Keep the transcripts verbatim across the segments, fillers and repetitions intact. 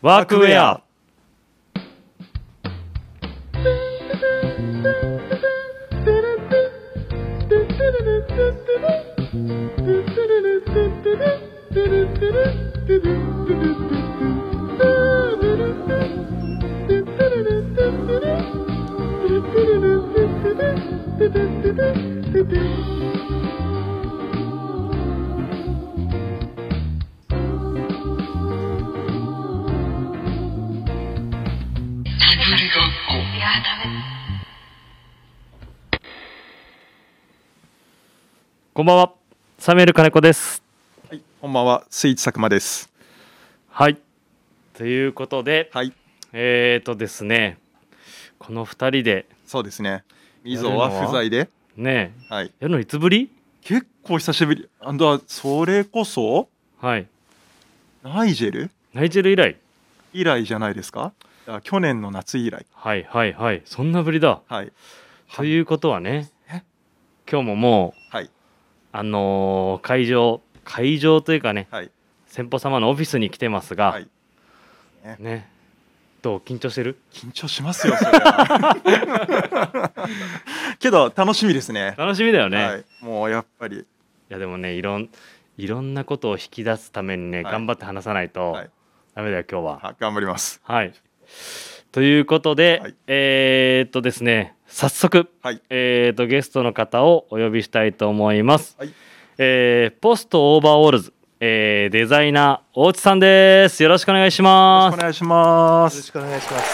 ワークウェア。こんばんは、サミュエル金子です。 はい、こんばんは、スイーツ佐久間です。 はい、ということで、 はい、 えーとですね、このふたりで、 そうですね。みぞは不在で、 ねえ、 はい、 やるのいつぶり？ 結構久しぶり。あんそれこそ、 はい、 ナイジェルナイジェル以来。 以来じゃないですか。あ、去年の夏以来。 はいはいはい、そんなぶりだ。 はい。 ということはね、 え今日ももう、 はい、 あのー会場会場というかね、 はい、 先方様のオフィスに来てますが、 はいね、 ね、どう緊張してる？ 緊張しますよ、それは。けど楽しみですね。 楽しみだよね。 はい、もうやっぱり。いやでもね、いろんいろんなことを引き出すためにね、 はい、 頑張って話さないと、 はい、 ダメだよ今日は。 は頑張ります。 はい。ということで、 はい、 えー、っとですね、早速、 はい、 えー、っとゲストの方をお呼びしたいと思います。 はい、 えー、ポストオーバーオールズ、えー、デザイナー大内さんです。よろしくお願いします。 よろしくお願いします。 よろしくお願いします。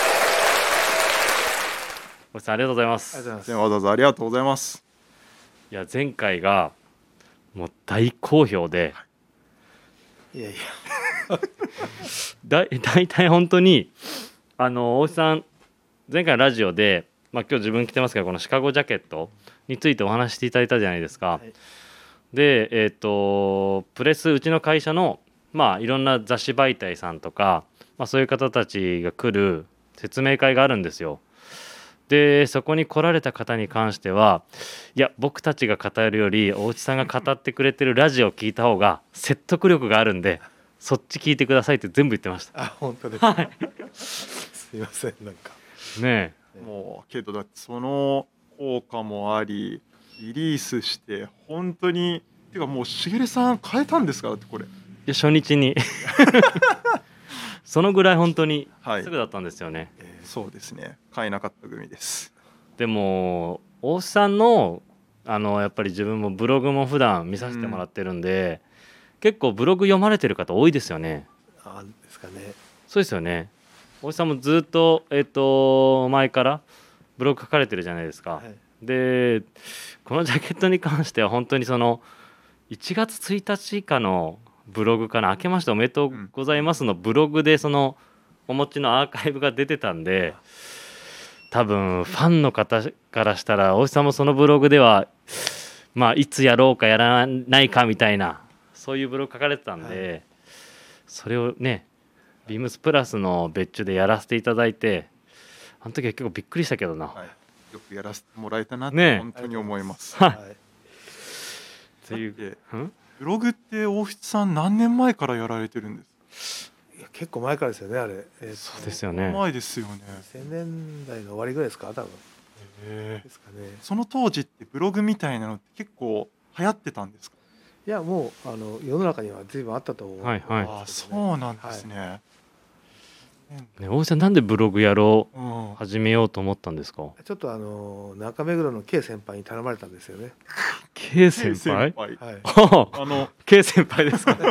大内さんありがとうございます。 ありがとうございます。 わざわざありがとうございます。 いや前回がもう大好評で、 いやいやだ大体本当にあの大内さん前回のラジオで、まあ、今日自分着てますけどこのシカゴジャケットについてお話していただいたじゃないですか。はい、で、えー、とプレスうちの会社の、まあ、いろんな雑誌媒体さんとか、まあ、そういう方たちが来る説明会があるんですよ。でそこに来られた方に関してはいや僕たちが語るより大内さんが語ってくれてるラジオを聞いた方が説得力があるんでそっち聞いてくださいって全部言ってました。 あ、本当ですか。 はい、 すいません、なんかねえもうけどだってその効果もありリリースして本当にてかもうしげるさん変えたんですか。だってこれいや初日にそのぐらい本当にはい、 すぐだったんですよね。 えー、そうですね。変えなかった組です。 でも大内さんのあのやっぱり自分もブログも普段見させてもらってるんで、うん、結構ブログ読まれてる方多いですよね。 あですかね。 そうですよね。大内さんもずっと、えー、と前からブログ書かれてるじゃないですか。はい、でこのジャケットに関しては本当にそのいちがつついたち以下のブログかな、明けましておめでとうございますのブログでそのお持ちのアーカイブが出てたんで、多分ファンの方からしたら大内さんもそのブログではまあいつやろうかやらないかみたいなそういうブログ書かれてたんで、はい、それをねビームスプラスの別注でやらせていただいてあの時は結構びっくりしたけどな、はい、 よくやらせてもらえたなって本当に思います。 ね、はいという、 んブログって大内さん何年前からやられてるんです？ いや結構前からですよねあれ、 えー、そうですよね。 前ですよね。 せんねんだいの終わりぐらいですか多分。 へですかね。 その当時ってブログみたいなのって結構流行ってたんですか？ いやもうあの世の中には随分あったと思う、ね。 はいはい、 あそうなんですね。はいね、大内さんなんでブログやろう、うん、始めようと思ったんですか？ ちょっとあの中目黒の K 先輩に頼まれたんですよね。 K 先輩？ はい。 あの K 先輩ですか？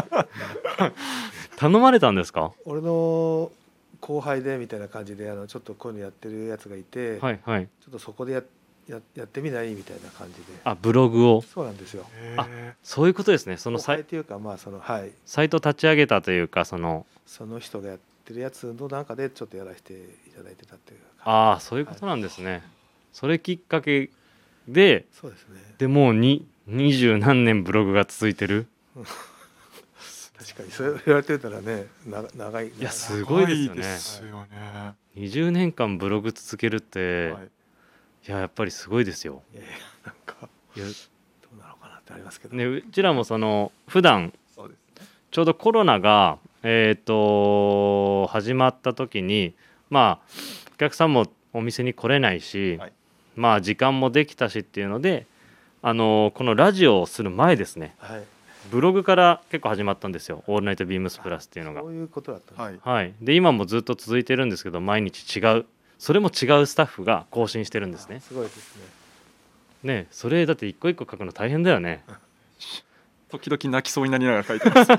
頼まれたんですか？ 俺の後輩でみたいな感じであのちょっとこういうのやってるやつがいて、 はいはい、 ちょっとそこでやややってみないみたいな感じで。 あブログを。 そうなんですよ。 あそういうことですね。その後輩というかまあそのはいサイト立ち上げたというかそのその人がやってるやつの中でちょっとやらせていただいてたっていう。 ああそういうことなんですね。はい、それきっかけで、 そうですね。 でもうに二十何年ブログが続いてる。 確かにそれ言われてたらねな長い。 いやすごいですよね。 ですよね。 にじゅうねんかんブログ続けるって、はい、いややっぱりすごいですよ。 いやいやなんかいやどうなのかなってありますけどね。うちらもその普段そうですね、 ちょうどコロナがえー、と始まった時にまあお客さんもお店に来れないし、 はい、 まあ時間もできたしっていうので、あのーこのラジオをする前ですね、 はい、 ブログから結構始まったんですよ、オールナイトビームスプラスっていうのが。 そういうことだったんです。 はい、 はい、で今もずっと続いてるんですけど、毎日違う、それも違うスタッフが更新してるんですね。 すごいですね。 ね、それだって一個一個書くの大変だよね。 時々泣きそうになりながら書いてます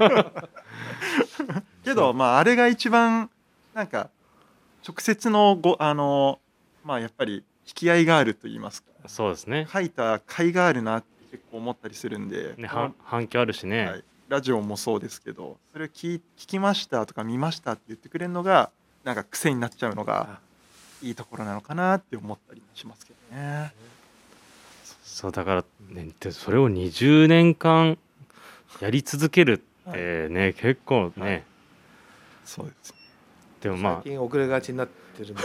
けどまああれが一番なんか直接のごあのまあやっぱり引き合いがあると言いますか、 そうですね。 書いた甲斐があるなって結構思ったりするんで、 ね、 このは反響あるしね、 はい、ラジオもそうですけど、それを聞聞きましたとか見ましたって言ってくれるのがなんか癖になっちゃうのがいいところなのかなって思ったりもしますけどね。 そうだから、ね、でそれをにじゅうねんかんやり続けるってね、結構ね、 はい、そうです。 でもま最近遅れがちになってるんで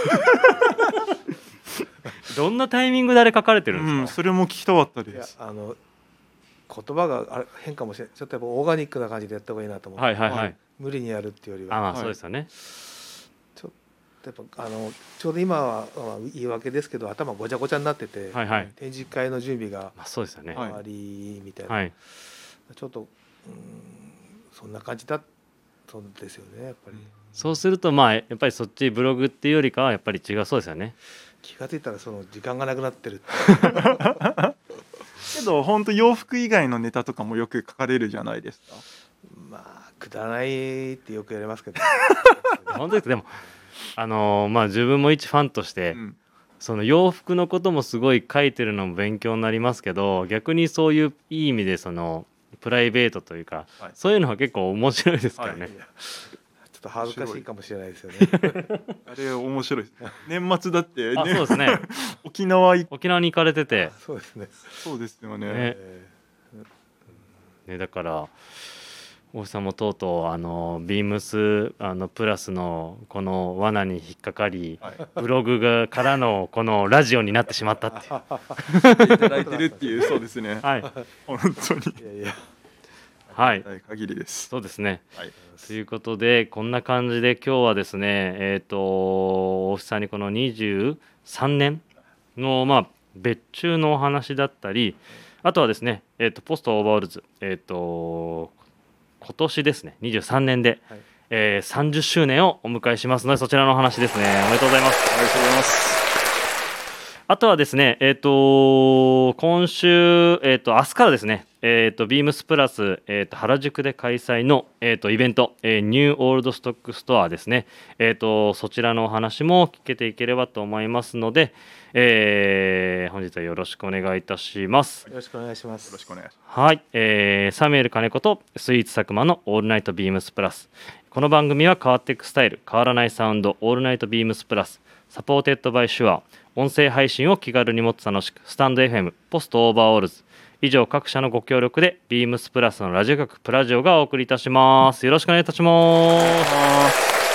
あどんなタイミングであれ書かれてるんですか？ うん、それも聞きたかったいやです。 あの言葉があれ変かもしれない。ちょっとやっぱオーガニックな感じでやった方がいいなと思って、 はいはいはい、 はい無理にやるっていうよりあは、 まあはいそうですよね、 ちょっとやっぱあのちょうど今は、まあ、言い訳ですけど頭ごちゃごちゃになってて、 はいはい、 展示会の準備がまあそうですよね、 はい終わりみたいな、 はい、 ちょっとうんそんな感じだそうですよねやっぱり。 そうするとまあやっぱりそっちブログっていうよりかはやっぱり違うそうですよね。 気がついたらその時間がなくなってるってけど本当洋服以外のネタとかもよく書かれるじゃないですか。 まあくだらないってよく言われますけど本当です。でもあのーまあ自分も一ファンとして、 うん、 その洋服のこともすごい書いてるのも勉強になりますけど、逆にそういういい意味でそのプライベートというか、 はい、 そういうのは結構面白いですからね、 はいいやちょっと恥ずかしいかもしれないですよねあれ面白いです。年末だって、ね、 あそうですね沖縄い沖縄に行かれてて、 そうですね、 そうですよね。 ねえね、だから大木さんもとうとうあのビームスあのプラスのこの罠に引っかかり、 はい、 ブログがからのこのラジオになってしまったっていういただいてるっていう、そうですね。 はい本当にーいやいやはいはい限りです。 そうですね。 はい、 ということでこんな感じで今日はですねえっ、と大木さんにこのにじゅうさんねんのまあ別注のお話だったり、あとはですねえっ、とポストオーバーオールズえっ、と今年ですねにじゅうさんねんで、 はいえーさんじゅっしゅうねんをお迎えしますので、そちらのお話ですね。おめでとうございます。 ありがとうございます。 あとはですね、えっ、と今週、えっ、と明日からですね、えっ、とビームスプラス、えっ、と原宿で開催のえっ、とイベント、えーニューオールドストックストアですね。えっ、とそちらのお話も聞けていければと思いますので、えー本日はよろしくお願いいたします。 よろしくお願いします。 よろしくお願いしはい、えーサミュエル金子とスイーツ佐久間のオールナイトビームスプラス。この番組は変わっていくスタイル、変わらないサウンド、オールナイトビームスプラス、サポーテッドバイシュア、音声配信を気軽にもっと楽しく、スタンド エフエム、ポストオーバーオールズ、以上各社のご協力でビームスプラスのラジオ局プラジオがお送りいたします。よろしくお願いいたします。 ます。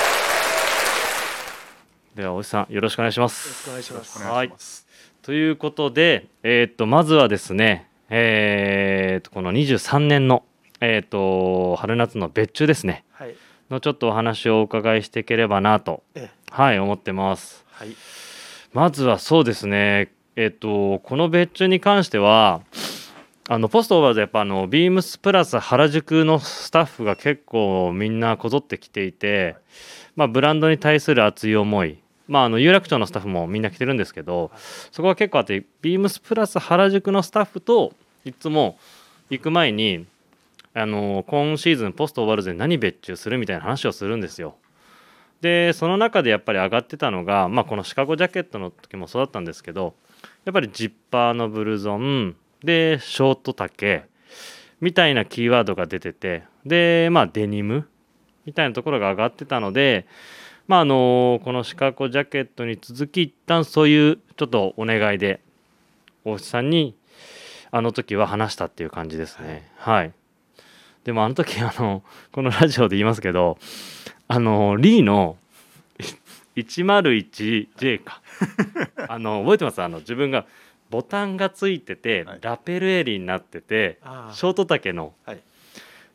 では、おじさんよろしくお願いしまよろしす。 くお願いします。 お願いします。 ということで、えーっとまずはですね、えーっとこのにじゅうさんねんの、えーっと春夏の別注ですねはい。 のちょっとお話をお伺いしていければなと、 ええはい思ってます。 はい。 まずはそうですね、えーっとこの別注に関してはあのポストオーバーズやっぱあのビームスプラス原宿のスタッフが結構みんなこぞってきていて、まあ、ブランドに対する熱い思い、まあ、あの有楽町のスタッフもみんな来てるんですけど、そこは結構あってビームスプラス原宿のスタッフといつも行く前にあの今シーズンポストオーバーズで何別注するみたいな話をするんですよ。でその中でやっぱり上がってたのが、まあ、このシカゴジャケットの時もそうだったんですけど、やっぱりジッパーのブルゾンでショート丈みたいなキーワードが出てて、でまあデニムみたいなところが上がってたので、まああのこのシカゴジャケットに続き一旦そういうちょっとお願いで大内さんにあの時は話したっていう感じですね。はい、でもあの時あのこのラジオで言いますけど、あのリーのいちまるいちジェイ かあの覚えてます？あの自分がボタンがついてて、 はいラペル襟になっててああショート丈のはい。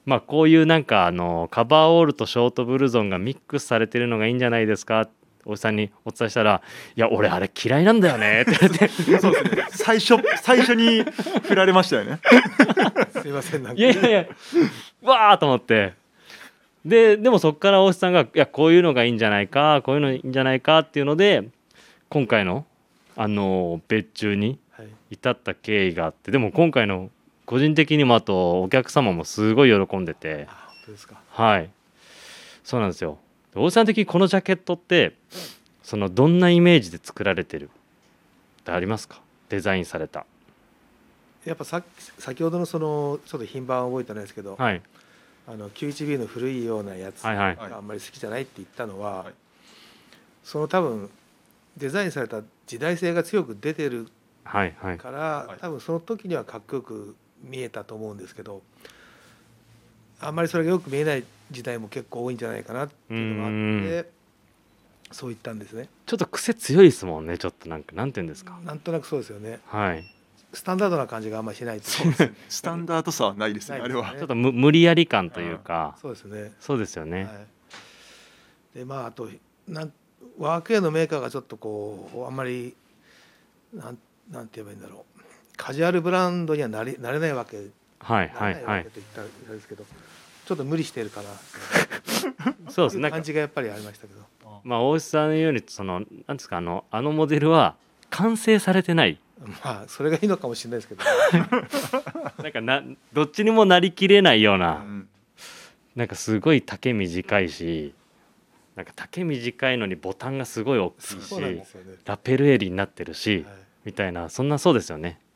まあこういうなんかあのカバーオールとショートブルゾンがミックスされてるのがいいんじゃないですか、おじさんにお伝えしたら「いや俺あれ嫌いなんだよね」って言ってそうですね。最初最初に振られましたよね。 すいませんなんかいやいやいやわーと思って、ででもそこから大石さんが「いやこういうのがいいんじゃないか、こういうのいいんじゃないか」っていうので今回のあの別注にはい至った経緯があって、でも今回の個人的にもあとお客様もすごい喜んでて、 あ本当ですか。 はいそうなんですよ。大石さん的にこのジャケットってそのどんなイメージで作られてるってありますか、デザインされた。 やっぱさ先ほどのそのちょっと品番は覚えてないですけど、 はいあの キューワンビー の古いようなやつがはいはいあんまり好きじゃないって言ったのは、 はいその多分デザインされた時代性が強く出てるはいはいから、 はい多分その時にはかっこよく見えたと思うんですけど、あんまりそれがよく見えない時代も結構多いんじゃないかなっていうのがあってそう言ったんですね。 ちょっと癖強いですもんね、ちょっとなんかなんて言うんですか。 なんとなくそうですよね。 はいスタンダードな感じがあんまりしないとそうですね。スタンダードさはないですね。 ないですねあれは。 ちょっとむ無理やり感というか、 そうですね。 そうですよね、 はい、でまああとなんワークウェアのメーカーがちょっとこうあんまりなんなんて言えばいいんだろう、カジュアルブランドにはなりなれないわけはいなはいはいらないわけと言ったらあれですけど、ちょっと無理してるかなそうですというなんか感じがやっぱりありましたけど、 まあ大石さんのようにそのなんですか、あのあのモデルは完成されてないまあそれがいいのかもしれないですけどなんかなどっちにもなりきれないような、 うんなんかすごい丈短いし、なんか丈短いのにボタンがすごい大きいしそうなんですよね、 ラペル襟になってるし、 はい、 みたいな、そんなそうですよね。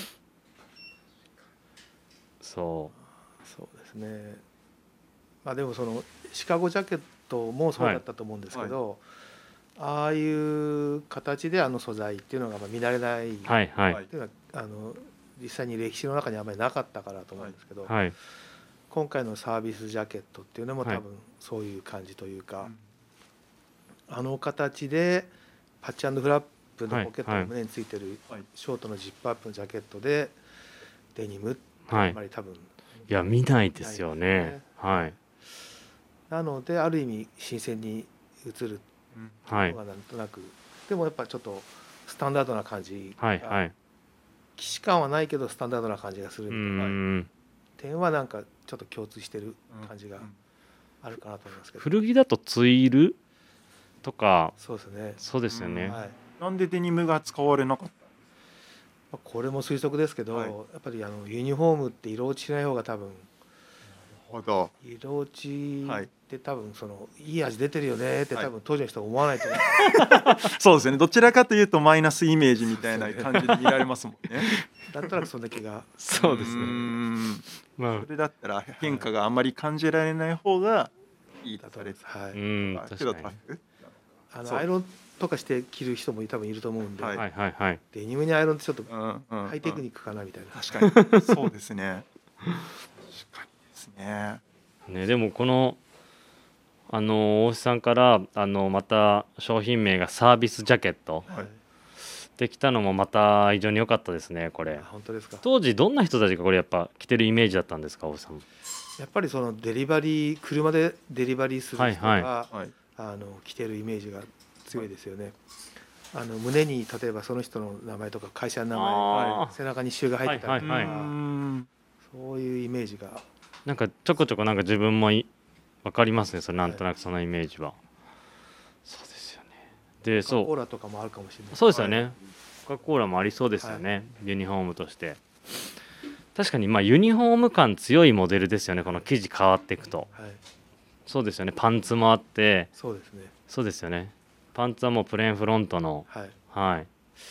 そそうですね。まあでもそのシカゴジャケットもそうだったと思うんですけど、ああいう形であの素材っていうのがまあ見慣れないっうはいはいはいていうのはあの実際に歴史の中にあまりなかったからと思うんですけど、 はい今回のサービスジャケットっていうのもはい多分そういう感じというか、 うんあの形でパッチ&フラップのポケットはいの胸についてるはいショートのジップアップのジャケットでデニムってはいあんまり多分いや見ないですよね。はいなのである意味新鮮に映るうんはいのがなんとなく、でもやっぱちょっとスタンダードな感じが、 はいはい既視感はないけどスタンダードな感じがするうみたいなーん点はなんかちょっと共通してる感じがうんあるかなと思いますけど、 古着だとツイールとかそうですね、 そうですよね。 うんはい、 なんでデニムが使われなかった。 まあこれも推測ですけど、 はいやっぱりあのユニフォームって色落ちしない方が多分なるほど。 色落ちはいって多分そのいい味出てるよねってはい多分当時の人は思わないと思う、 そうですね。どちらかというとマイナスイメージみたいな感じで見られますもんね。 なんとなくそんな気がうーそうですね。 んまあそれだったら変化があんまり感じられない方がいいだとされてと思います、はうい、 んたけど確かに。 そうあのアイロンとかして着る人も多分いると思うんで、 はいはいはいはい。 デニムにアイロンってちょっとうんうんうんハイテクニックかなみたいな、 確かにそうですね。確かにですね。 ね、でもこのあの大石さんからあのまた商品名がサービスジャケットはいできたのもまた非常に良かったですね。これあ本当ですか。 当時どんな人たちがこれやっぱ着てるイメージだったんですか、大石さん。 やっぱりそのデリバリー車でデリバリーする人が、 はいはいあの着てるイメージが強いですよね。あの胸に例えばその人の名前とか会社の名前、 あー背中に刺繍が入ってたりとか、 はいはいうーんそういうイメージがなんかちょこちょこなんか自分もい分かりますね、それなんとなくそのイメージは。そうですよね。でコカ・コーそうラとかもあるかもしれない。 そうですよね。コカ・コーラもありそうですよね、ユニフォームとして。確かにまあユニフォーム感強いモデルですよね、この生地変わっていくと。 はい、 そうですよね、パンツもあってそうですね。 そうですよね、パンツはもうプレーンフロントのはい、 はい確かにね。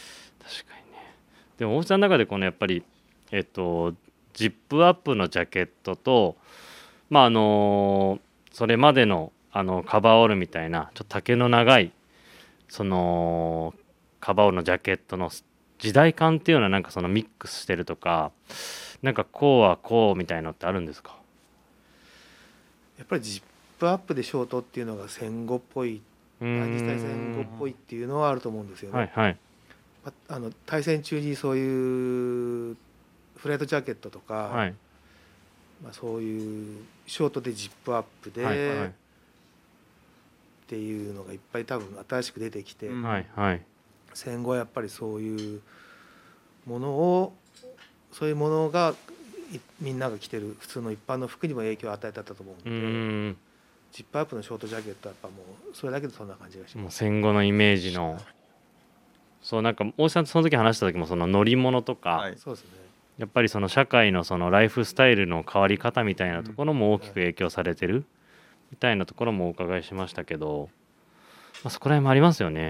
でも大木さんの中でこのやっぱりえっとジップアップのジャケットとまああのそれまでのあのカバーオールみたいなちょっと丈の長いそのカバーオールのジャケットの時代感っていうのはなんかそのミックスしてるとかなんかこうはこうみたいのってあるんですか。 やっぱりジップアップでショートっていうのが戦後っぽい、 うー第二次大戦後っんぽいっていうのはあると思うんですよね。 はいはいまあの大戦中にそういうフライトジャケットとか、 はいまあ、そういうショートでジップアップで、 はいはいっていうのがいっぱい多分新しく出てきて、 うんはいはい戦後はやっぱりそういうものをそういうものがいみんなが着てる普通の一般の服にも影響を与えたと思ううので、 ーんジップアップのショートジャケットはやっぱもうそれだけでそんな感じがしもうます。 戦後のイメージのそうなんか大石さんとその時話した時もその乗り物とか、 はいそうですね。 やっぱりその社会のそのライフスタイルの変わり方みたいなところも大きく影響されてるみたいなところもお伺いしましたけど、まあ、そこら辺もありますよね。 はい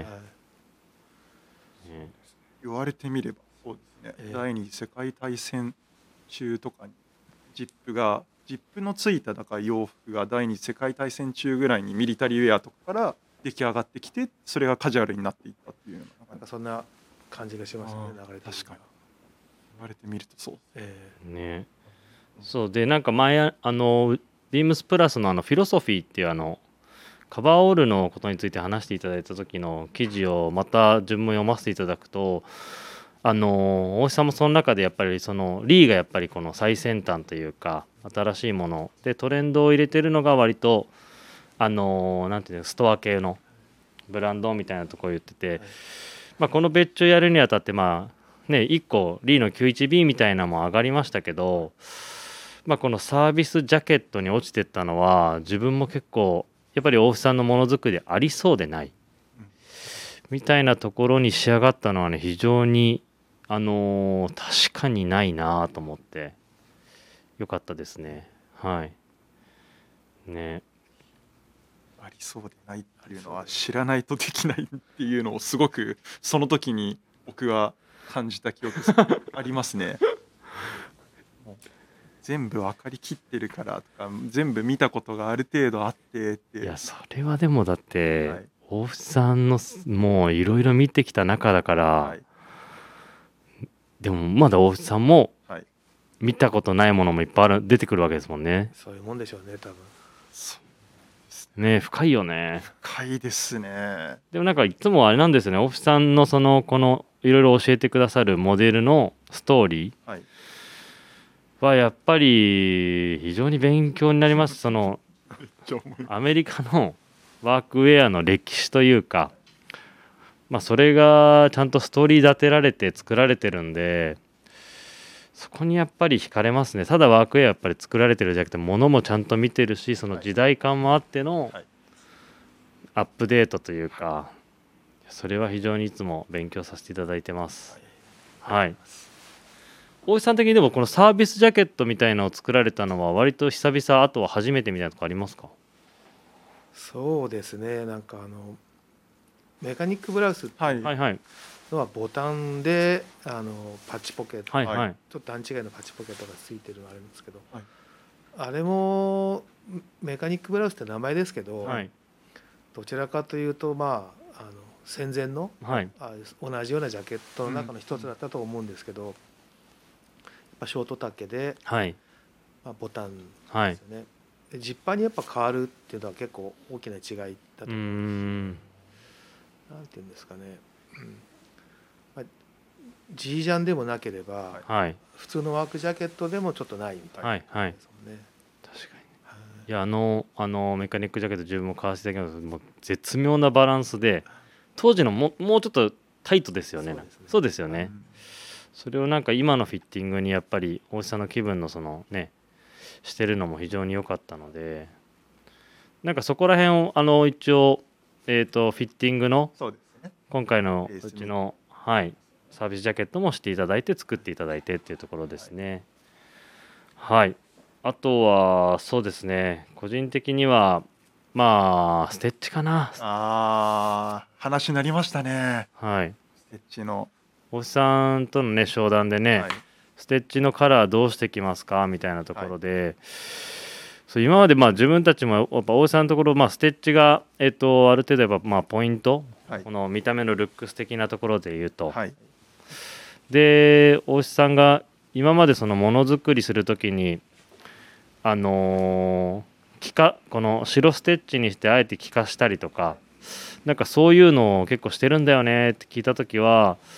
ね言われてみればそうですね、 ええ第二次世界大戦中とかにジップがジップのついただから洋服が第二次世界大戦中ぐらいにミリタリーウェアとかから出来上がってきて、それがカジュアルになっていったっていうのがなんかそんな感じがしますよね、 あー流れてる確かに言われてみるとそう。 えねそうでなんか前あのビームスプラスのあのフィロソフィーっていうあのカバーオールのことについて話していただいた時の記事をまた順文読ませていただくと、あの大石さんもその中でやっぱりそのリーがやっぱりこの最先端というか新しいものでトレンドを入れてるのが割とあのなんていうのストア系のブランドみたいなところを言ってて、 はいまあ、この別注やるにあたってまあねいっこリーの キューワンビー みたいなのも上がりましたけど、まあ、このサービスジャケットに落ちてったのは自分も結構やっぱり大石さんのものづくりでありそうでないみたいなところに仕上がったのはね非常にあのー確かにないなと思ってよかったですね。はいねありそうでないっていうのは知らないとできないっていうのをすごくその時に僕は感じた記憶ありますね。もう全部分かりきってるからとか全部見たことがある程度あってっていやそれはでもだって、 はい大石さんのもういろいろ見てきた中だから、 はいでもまだ大石さんもはい見たことないものもいっぱいある出てくるわけですもんね。 そういうもんでしょうね多分。 そうね深いよね。 深いですね。 でもなんかいつもあれなんですよね、大石さんのそのこのいろいろ教えてくださるモデルのストーリはいーはやっぱり非常に勉強になります。そのじゃあ思いアメリカのワークウェアの歴史というか、まあ、それがちゃんとストーリー立てられて作られてるんで、そこにやっぱり惹かれますね。ただワークウェアやっぱり作られてるじゃなくて物もちゃんと見てるし、その時代感もあってのはいアップデートというか、それは非常にいつも勉強させていただいてます。はい。大石さん的にでもこのサービスジャケットみたいなのを作られたのは割と久々、あとは初めてみたいなとこありますか？ そうですね、なんかあのメカニックブラウスってはいはいはいのはボタンであのパッチポケット、 はいはい、 はいちょっと段違いのパッチポケットがついてるのあるんですけど、 はいあれもメカニックブラウスって名前ですけど、 はいどちらかというとまああの戦前のはいあ同じようなジャケットの中の一つだったと思うんですけど、やっぱショート丈で、 はいまあ、ボタンはいですよね。でジッパーにやっぱ変わるっていうのは結構大きな違いだとうー思う。 んなんていうんですかね、うんまあ、G ジャンでもなければ、 はい普通のワークジャケットでもちょっとないみたいなはいはいですもんね。 確かにはいいやあのあのメカニックジャケット自分も買わせていただきますけどもう絶妙なバランスで当時のももうちょっとタイトですよね。 そうですねそうですよね、 うんそれをなんか今のフィッティングにやっぱり大石さんの気分のそのねしてるのも非常に良かったので、なんかそこら辺をあの一応えっ、とフィッティングのそうですね。 今回のベースにうちのはいサービスジャケットもしていただいて作っていただいてっていうところですね。はい、あとはそうですね、個人的にはまあステッチかな。 ああ話になりましたね。 はい、 ステッチの、 大石さんとのね商談でね、 はいステッチのカラーどうしてきますかみたいなところで、そう今までまあ自分たちもやっぱ大石さんのところ、まあ、ステッチが、えっと、ある程度やっぱまあポイント、 はいこの見た目のルックス的なところで言うと、 はいで大石さんが今までそのものづくりするときにあのー、気化この白ステッチにしてあえて気化したりとかなんかそういうのを結構してるんだよねって聞いたときは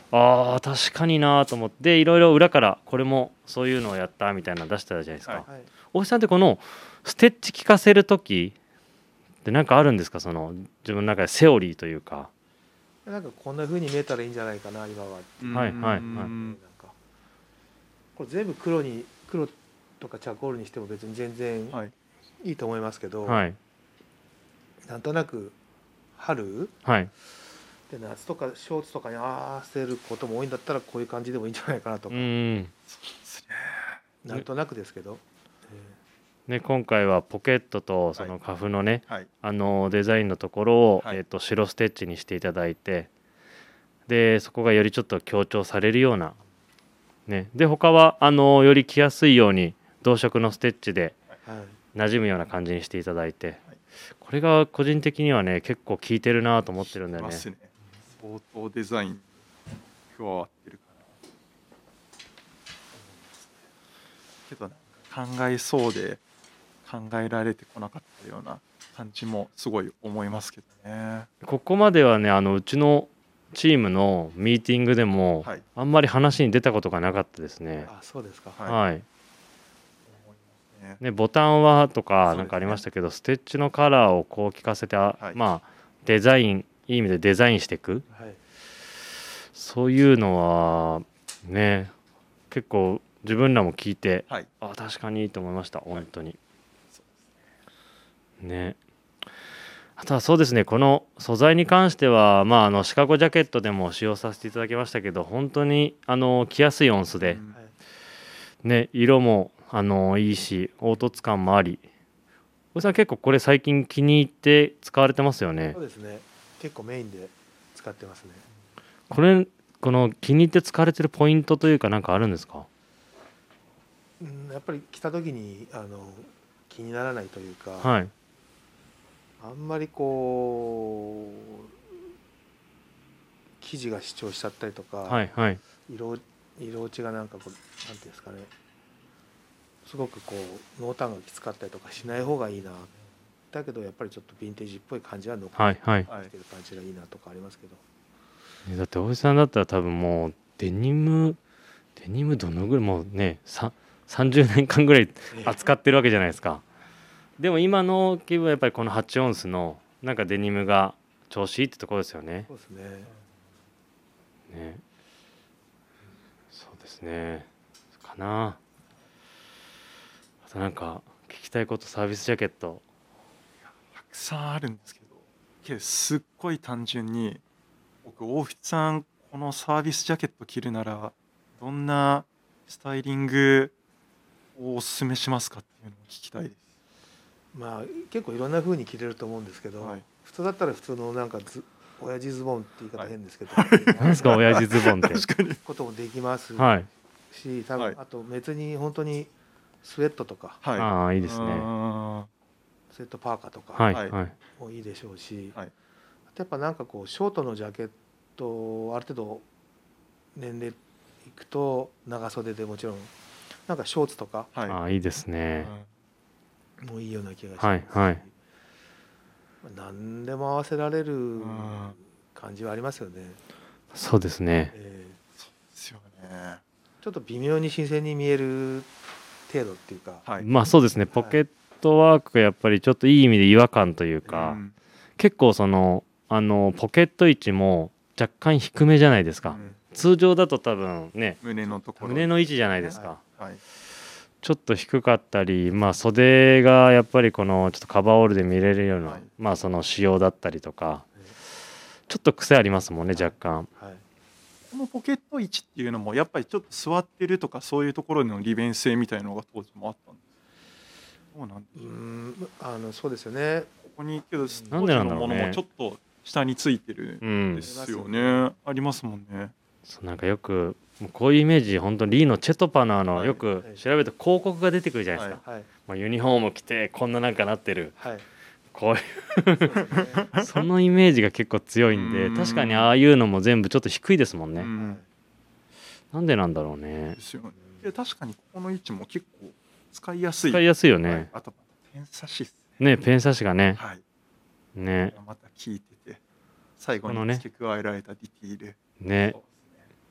あー確かになと思っていろいろ裏からこれもそういうのをやったみたいなの出したじゃないですか、 はいはい、 大石さんってこのステッチ聞かせる時って何かあるんですか、その自分の中でセオリーというか。 なんかこんな風に見えたらいいんじゃないかな今はっていう、 はいはいはいなんかこれ全部黒に黒とかチャコールにしても別に全然はいいいと思いますけど、 はいなんとなく春はいで夏とかショーツとかに合わせることも多いんだったらこういう感じでもいいんじゃないかなとうか、 ーんなんとなくですけど、 ね、今回はポケットとそのカフのね、 はいあのデザインのところを、 はいえー、と白ステッチにしていただいて、でそこがよりちょっと強調されるような、ね、で他はあのより着やすいように同色のステッチではい馴染むような感じにしていただいて、これが個人的にはね結構効いてるなと思ってるんだよね。 ますね。相当デザイン加わってるかな。けど考えそうで考えられてこなかったような感じもすごい思いますけどね。 ここまではねあのうちのチームのミーティングでも、 はいあんまり話に出たことがなかったですね。 あそうですか、 はいはい、 思いますね。 ね、ボタンはとかそうですねなんかありましたけど、ステッチのカラーをこう効かせて、あはいまあデザインいい意味でデザインしていく、 はい、 そういうのはね結構自分らも聞いて、 はいあ確かにいいと思いました本当に、ね。あとはそうですね、この素材に関しては、まあ、あのシカゴジャケットでも使用させていただきましたけど、本当にあの着やすい音質で、 うんはいね、色もあのいいし凹凸感もあり、おじさん結構これ最近気に入って使われてますよねそう。ですね、結構メインで使ってますね。 これこの気に入って使われてるポイントというか何かあるんですか？ うん、やっぱり着た時にあの気にならないというか、 はいあんまりこう生地が主張しちゃったりとか、 はいはい色色落ちがなんかこうなんていうんですかね、すごくこう濃淡がきつかったりとかしない方がいいな。だけどやっぱりちょっとヴィンテージっぽい感じは残はいはい。 ってる感じがいいなとかありますけど、 だっておじさんだったら多分もうデニムデニムどのぐらいもうねささんじゅうねんかんぐらい扱ってるわけじゃないですか。でも今の気分はやっぱりこのはちオンスのなんかデニムが調子いいってところですよね。 そうですね。 ね、そうですね。かな。あとなんか聞きたいこと、サービスジャケット。 たくさんあるんですけど、けどすっごい単純に僕大渕さんこのサービスジャケット着るならどんなスタイリングをおすすめしますかっていうのを聞きたいです。 まあ結構いろんな風に着れると思うんですけど、 はい普通だったら普通のなんかず親父ズボンって言い方変ですけど、 なんですか親父ズボンって。 確かに。 こともできますし、 はい。 多分、 はいあと別に本当にスウェットとかはい。 ああいいですね。 あスウェットパーカーとかはいはいはい。 もいいでしょうし、 はいあとやっぱなんかこうショートのジャケットある程度年齢いくと長袖でもちろんなんかショーツとかーはい。 ああいいですね。 もいいような気がしますし、 はいはい。 何でも合わせられるん感じはありますよね。 そうですね。 えですよね。 ーちょっと微妙に新鮮に見える程度っていうか、 はい。 まあそうですね。ポケットワークがやっぱりちょっといい意味で違和感というか、 うん結構そのあのポケット位置も若干低めじゃないですか。 うん通常だと多分ね胸のところ。 胸の位置じゃないですか。 はい。 ちょっと低かったり、まあ、袖がやっぱりこのちょっとカバーオールで見れるような、 はいまあその仕様だったりとかちょっと癖ありますもんね若干。 はい、 このポケット位置っていうのもやっぱりちょっと座ってるとかそういうところの利便性みたいなのが当時もあったんですそうなんでうすんあのそうですよね。 ここにけどなんでなんだろうね当時のものもちょっと下についてるうんんで、すよね、ありますもんね。 そうなんかよくもうこういうイメージ本当リーのチェトパナーのはいよく調べると広告が出てくるじゃないですか、 はいまあ、ユニフォーム着てこんななんかなってるはい。 こういそうですねうそのイメージが結構強いんでうん確かにああいうのも全部ちょっと低いですもんね、 うんなんでなんだろうねで。すよね。で確かにここの位置も結構使いやすい。 使いやすいよはいね、 あとペン差しっすね。 ねペン差しがねはい。 ねまた効いてて最後このねに付け加えられたディティール。 ねそうですね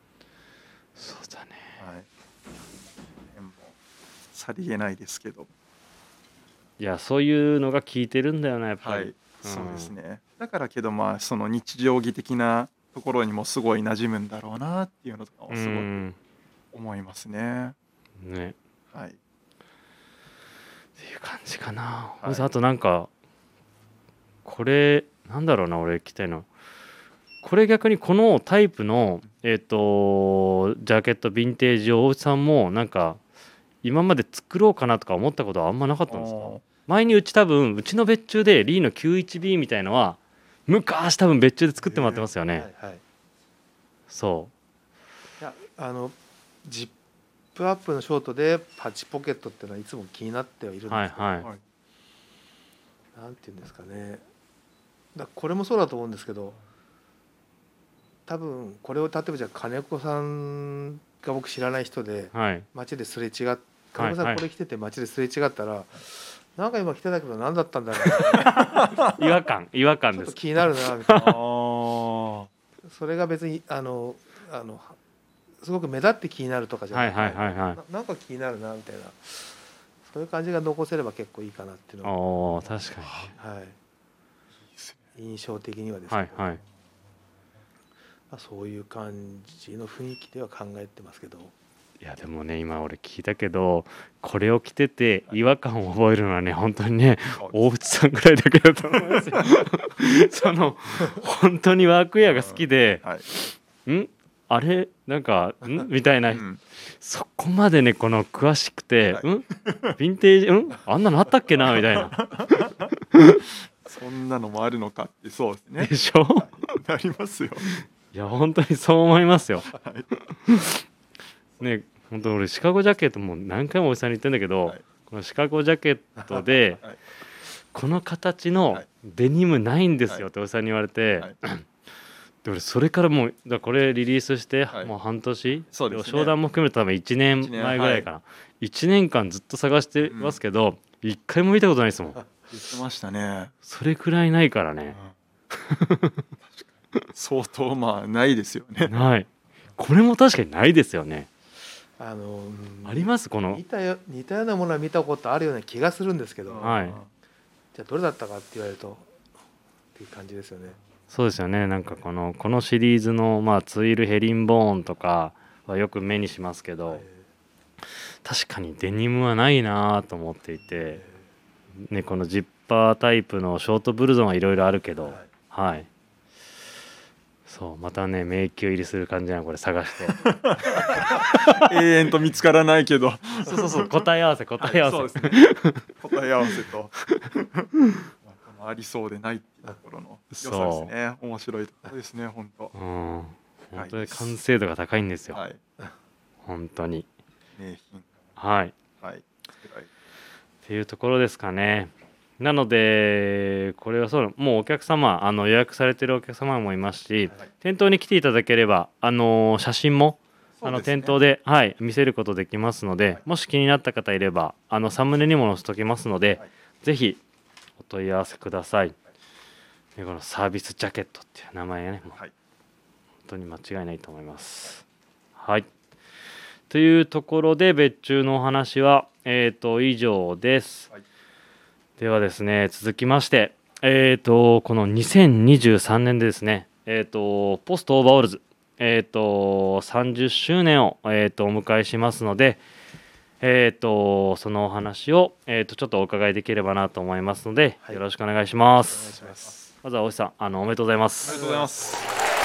そうだね。 はい、もうさりげないですけど、 いやそういうのが効いてるんだよなやっぱり、 はい、そうですね。だからけどまあその日常着的なところにもすごい馴染むんだろうなっていうのとかうもすごくん思いますね。 ねはい。 っていう感じかな、 はいおじさんあとなんかこれなんだろうな俺聞きたいのこれ逆にこのタイプのえっ、とジャケットヴィンテージを大内さんもなんか今まで作ろうかなとか思ったことはあんまなかったんですか？ おー前にうち多分うちの別注でリーの キューワンビー みたいのは昔多分別注で作ってもらってますよね、 はいはい、 そいやあのジップアップのショートでパチポケットっていうのはいつも気になってはいるんですけど、 うはいはい、 はいなんていうんですかね、だこれもそうだと思うんですけど、多分これを例えばじゃあ金子さんが僕知らない人ではい街ですれ違っ金子さはいんこれ着てて街ですれ違ったら、なんか今着てたけど何だったんだろうな違和感違和感ちょっとです気になるなみたいなあーそれが別にあのあのすごく目立って気になるとかじゃはないくて、 はいはいはいななんか気になるなみたいな、そういう感じが残せれば結構いいかなっていうのおー確かは、はい、印象的にはですけど、 にはいはいまあ、そういう感じの雰囲気では考えてますけど、 いやでもね今俺聞いたけどこれを着てて違和感を覚えるのはね本当にね大内さんぐらいだけだと思いますよその本当にワークウェアが好きではいんあれなんかんみたいな、 うんそこまでねこの詳しくて、 はいんヴィンテージんあんなのあったっけなみたいなそんなのもあるのかってそうですねでしょなりますよ。 いや本当にそう思いますよはいね本当俺シカゴジャケットも何回もおじさんに言ってんだけど、 はいこのシカゴジャケットで、 はいこの形のはいデニムないんですよっておじさんに言われて、 はいで俺それからもうだからこれリリースしてはいもう半年、 そうですね商談も含めて多分いちねんまえぐらいかな、いちねんかんずっと探してますけど、一回も見たことないですもん。 言ってましたね。 それくらいないからね。 確かに相当まあないですよね。 ないこれも確かにないですよね。 あの、うんありますこの似たよ似たようなものは見たことあるような気がするんですけど、 はいじゃあどれだったかって言われるとっていう感じですよね。 そうですよねなんかこのこのシリーズの、まあ、ツイルヘリンボーンとかはよく目にしますけど、 はい確かにデニムはないなと思っていて、ね、このジッパータイプのショートブルゾンはいろいろあるけど、 はいはい、そうまたね迷宮入りする感じなのこれ探して永遠と見つからないけどそうそうそう答え合わせ答え合わせ、 はいそうですね答え合わせとありそうでないっていうところの良さですね。面白いところですね本当。 うん本当に完成度が高いんですよ、 はい本当に名品はいはいはいっていうところですかね。なのでこれはそうもうお客様あの予約されてるお客様もいますし、 はい店頭に来ていただければあの写真もあのそうですね店頭で、はい、見せることできますので、 はいもし気になった方いればあのサムネにも載せときますので、 はいぜひお問い合わせください。でこのサービスジャケットっていう名前がねもうはい本当に間違いないと思います。はいというところで別注のお話は、えー、と以上です。 はいではですね続きましてえー、とこのにせんにじゅうさんねんでですねえー、とポストオーバーオールズえー、とさんじゅっしゅうねんを、えー、とお迎えしますのでえー、とそのお話を、えー、とちょっとお伺いできればなと思いますので、 はいよろしくお願いしまお願いす。 します。 まずは大石さんあのおめでとうございまありがす。 とうございます。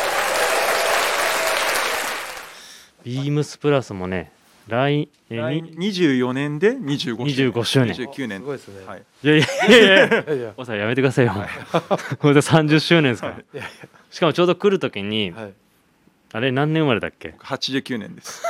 ビームスプラスもね来え来ににじゅうよねんでにじゅうごにじゅうごしゅうねんにじゅうきゅうねんすごいですね。 はいいやいやいやいやいやいや大石さんやめてくださいよ。これでさんじゅっしゅうねんですから、 はいいやいしかもちょうど来る時に、 やはい。 あれ何年生まれだっけ？ はちじゅうきゅうねんです。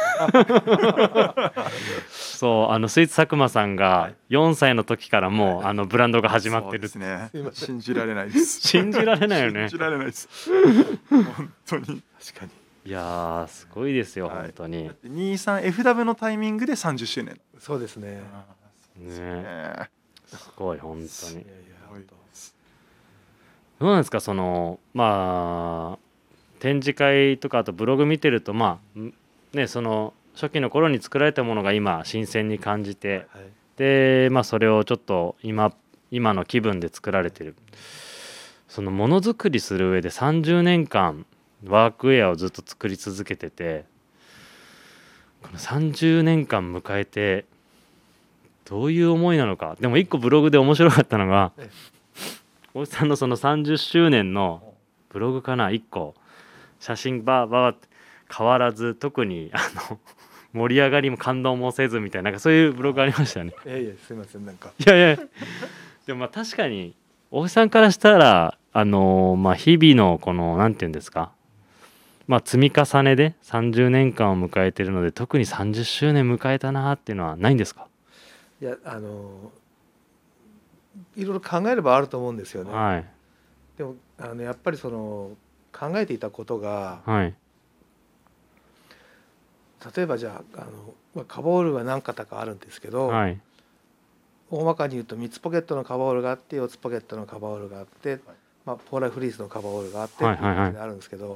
そうあのスイーツ佐久間さんがよんさいの時からもう、あのブランドが始まってるそうですねすいません信じられないです。 信じられないよね信じられないです。本当に。 確かに。 いやーすごいですよ、 はい本当にね。 にじゅうさんエフダブリュー のタイミングでさんじゅっしゅうねん。 そうですね。 えすごい本当にいやいやすごい本当ですどうなんですかそのまあ展示会とかあとブログ見てるとまあんねその初期の頃に作られたものが今新鮮に感じて、 はい、 でまあそれをちょっと今今の気分で作られてる。そのものづくりする上でさんじゅうねんかんワークウェアをずっと作り続けてて、このさんじゅうねんかん迎えてどういう思いなのか。でも一個ブログで面白かったのが、 ええ大内さんのそのさんじゅっしゅうねんのブログかな、いっこ写真バーバーって変わらず、特にあの盛り上がりも感動もせずみたいな、なんかそういうブログありましたね。 いやいやすいませんなんかいやいやでもまあ確かに大内さんからしたらあのーまあ日々のこのなんていうんですか、まあ積み重ねでさんじゅうねんかんを迎えてるので、特にさんじゅっしゅうねん迎えたなっていうのはないんですか？ いやあのいろいろ考えればあると思うんですよね。 はいでもあのやっぱりその考えていたことが、 はい例えばじゃあ、あのまあカバーオールは何型かあるんですけど、 はい大まかに言うとみっつポケットのカバーオールがあってよっつポケットのカバーオールがあって、まあ、ポーラーフリースのカバーオールがあってっていう感じであるんですけど、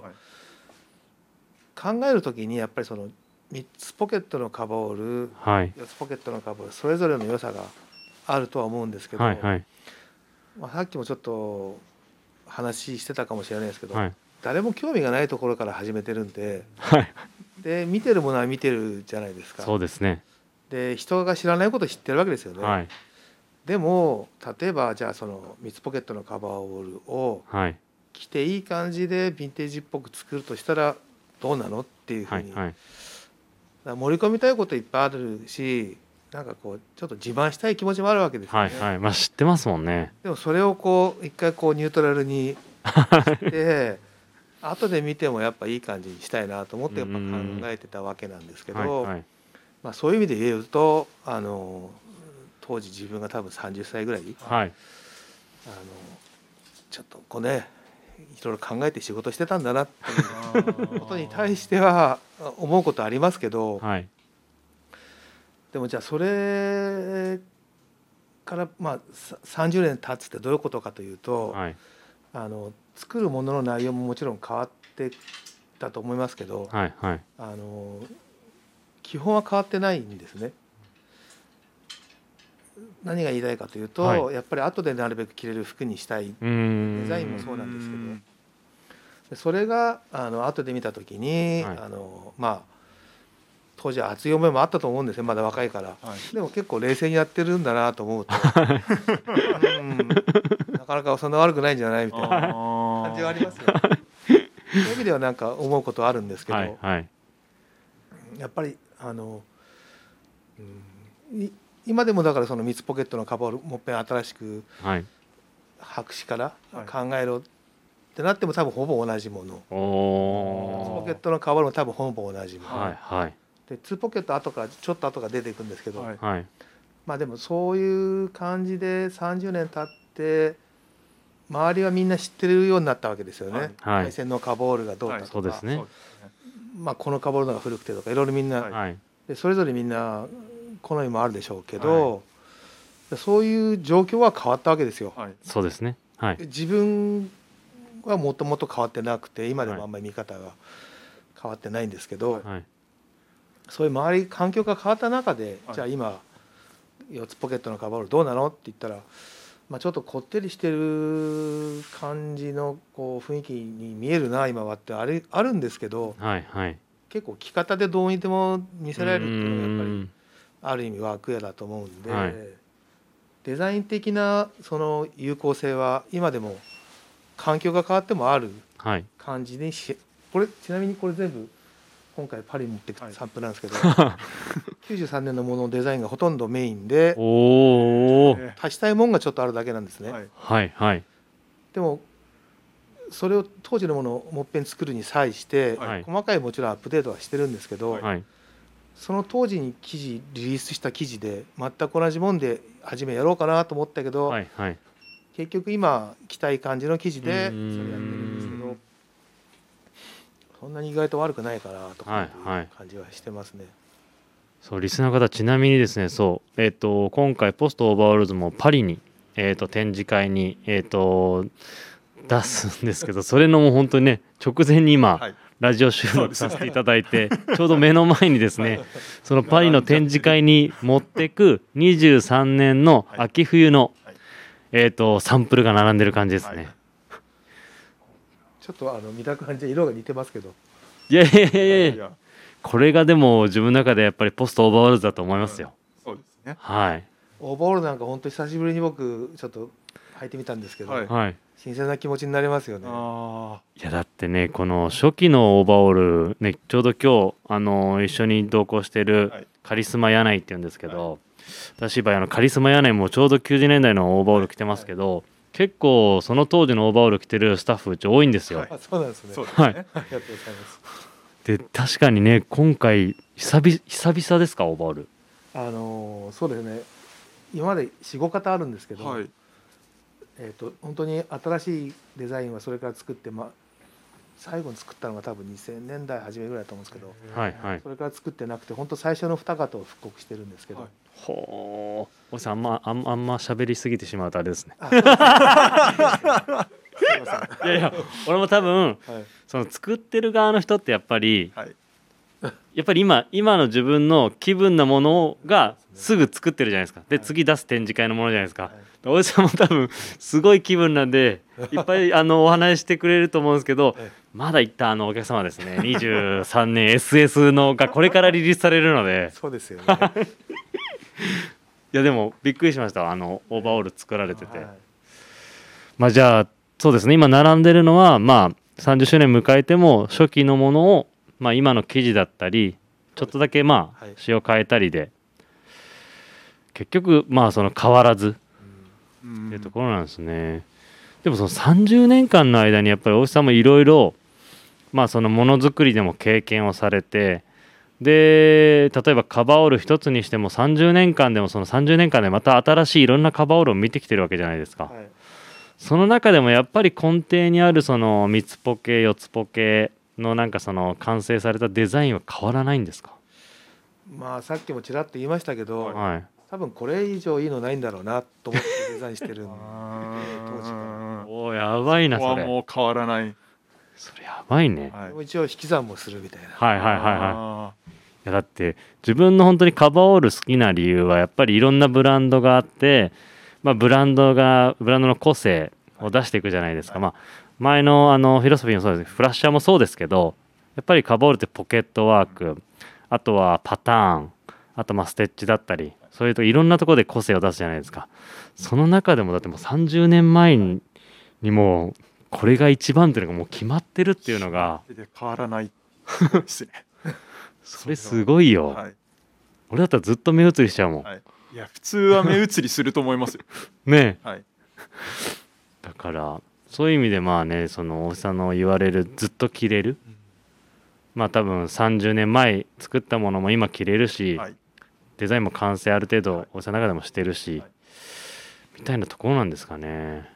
考えるときにやっぱりそのみっつポケットのカバーオール、 はいよっつポケットのカバーオールそれぞれの良さがあるとは思うんですけど、 はいはいまあ、さっきもちょっと話してたかもしれないですけど、 はい誰も興味がないところから始めてるんで、 はいで見てるものは見てるじゃないですか。 そうですね。 で人が知らないことを知ってるわけですよね。 はいでも例えばじゃあそのみっつポケットのカバーオールをはい着ていい感じでヴィンテージっぽく作るとしたらどうなのっていうふうに、 はいはいだから盛り込みたいこといっぱいあるし、なんかこうちょっと自慢したい気持ちもあるわけですよね。 はいはいまあ知ってますもんね。 でもそれをこう一回こうニュートラルにして後で見てもやっぱいい感じにしたいなと思ってやっぱ考えてたわけなんですけど、 はいはいまあ、そういう意味で言うとあの当時自分が多分さんじゅっさいぐらい、 はいあのちょっとこうねいろいろ考えて仕事してたんだなっていうことに対しては思うことありますけど、 はいでもじゃあそれからまあささんじゅうねん経つってどういうことかというと、 はいあの作るものの内容ももちろん変わってたと思いますけど、 はいはいあの基本は変わってないんですね。何が言いたいかというと、 はい、 やっぱり後でなるべく着れる服にしたい、 うーんデザインもそうなんですけど、でそれがあの後で見た時に、 はいあのまあ当時は熱い思いもあったと思うんですよ、まだ若いから、 はい、 でも結構冷静にやってるんだなと思うとうんなかなかそんな悪くないんじゃないみたいな感じはありますよ。そういう意味ではなんか思うことはあるんですけど、 はいはいやっぱりあの、うん、い今でもだからそのみっつポケットのカバーをもっぺん新しくはい白紙から考えろってなっても多分ほぼ同じもの、 おポケットのカバーも多分ほぼ同じもの、 はいはいでにポケット後からちょっと後から出ていくんですけど、 はいはいまあでもそういう感じでさんじゅうねん経って周りはみんな知ってるようになったわけですよね。 はい配線のカボールがどうだとか、 そうですねまあ、このカボールのが古くてとかいろいろみんな、 はいでそれぞれみんな好みもあるでしょうけど、はい、そういう状況は変わったわけですよ。 はい、 そうですねはい自分はもともと変わってなくて今でもあんまり見方が変わってないんですけど、 はいそういう周り環境が変わった中で、 はい、 じゃあ今よっつポケットのカバーオールどうなのって言ったら、まあ、ちょっとこってりしてる感じのこう雰囲気に見えるな今はってあれあるんですけど、 はいはい結構着方でどうにでも見せられるっていうのがやっぱりうーんある意味ワークウェアだと思うんで、 はいデザイン的なその有効性は今でも環境が変わってもあるはい感じにし、これちなみにこれ全部今回パリに持ってきたサンプルなんですけど、きゅうじゅうさんねんのもののデザインがほとんどメインでおお足したいもんがちょっとあるだけなんですね。 はいはいはいでもそれを当時のものをもっぺん作るに際して、 はい細かいもちろんアップデートはしてるんですけど、 はいその当時に記事リリースした記事で全く同じもんで初めやろうかなと思ったけど、 はいはい結局今着たい感じの記事でそれやってるうーんんですけど、そんなに意外と悪くないかなとかはいってはいいう感じはしてますね。 そうリスナーの方ちなみにですねそうえっ、と今回ポストオーバーオールズもパリにえっ、と展示会にえっ、と出すんですけどそれのもう本当にね直前に今、 はい、 ラジオ収録させていただいて、ちょうど目の前にですねそのパリの展示会に持ってくにじゅうさんねんの秋冬の、 はいえー、とサンプルが並んでる感じですね、 はいちょっとあの見た感じ色が似てますけど、 いやいやいやいやいやこれがでも自分の中でやっぱりポストオーバーオールズだと思いますよ、 そうですね。 はいオーバーオールなんか本当久しぶりに僕ちょっと履いてみたんですけど、 はいはい新鮮な気持ちになりますよね。 あいやだってねこの初期のオーバーオールねちょうど今日あの一緒に同行してあ、 るはい、 カリスマ柳井って言うんですけど、私場合あのカリスマ柳井もちょうどきゅうじゅうねんだいのオーバーオール着てますけど、結構その当時のオーバーオール着てるスタッフうち多いんですよ、 はいあ、そうなんですね。 そうですね。 はいありがとうございます。 で確かにね今回久々久々ですかオーバーオール。 あのーそうですね。今までよん、ご型あるんですけど、 はい、 えっ、と本当に新しいデザインはそれから作って、まあ最後に作ったのが多分にせんねんだい初めぐらいだと思うんですけど、 はいはいそれから作ってなくて本当最初のに型を復刻してるんですけど、 はいほうおじさんあんまあんあんま喋りすぎてしまうとあれですね。 あそうですねすいません。 いやいや俺も多分はいその作ってる側の人ってやっぱりはい、 やっぱり今今の自分の気分なものがすぐ作ってるじゃないですか。ではい次出す展示会のものじゃないですか。 はいおじさんも多分すごい気分なんでいっぱいあのお話ししてくれると思うんですけど、 はいまだ一旦あのお客様ですねにじゅうさんねん エスエス のがこれからリリースされるのでそうですよね。 いやでもびっくりしましたあのオーバーオール作られてて、 はいまあじゃあそうですね今並んでるのはまあさんじゅっしゅうねん迎えても初期のものをまあ今の生地だったりちょっとだけまあはい仕様変えたりで結局まあその変わらずうってんいうところなんですね。でもそのさんじゅうねんかんの間にやっぱり大石さんもいろいろまあそのものづくりでも経験をされてで例えばカバーオール一つにしてもさんじゅうねんかんでもそのさんじゅうねんかんでまた新しいいろんなカバーオールを見てきてるわけじゃないですか。 はいその中でもやっぱり根底にあるそのみつポケよつポケのなんかその完成されたデザインは変わらないんですか。 まあさっきもちらっと言いましたけど、 はい多分これ以上いいのないんだろうなと思ってデザインしてるんであ当時からおーやばいなここそれはもう変わらない。 それやばいね。 はいでも一応引き算もするみたいな。 はいはいはいはい。 あいやだって自分の本当にカバーオール好きな理由はやっぱりいろんなブランドがあって、まあ、ブランドがブランドの個性を出していくじゃないですか、 はいまあ、前のあのフィロソフィーもそうですフラッシャーもそうですけどやっぱりカバーオールってポケットワークあとはパターンあとまあステッチだったりそういうといろんなところで個性を出すじゃないですか。その中でもだってもうさんじゅうねんまえににもうこれが一番っていうのがもう決まってるっていうのがーで変わらないすごいですね。 それすごいよ、 はい俺だったらずっと目移りしちゃうもん、 はい。いや普通は目移りすると思いますよ。 ねえはい。 だからそういう意味でまあねその大木さんの言われるずっと着れるまあ多分さんじゅうねんまえ作ったものも今着れるし、 はい。 デザインも完成ある程度はい大木さんの中でもしてるし、 はいみたいなところなんですかね。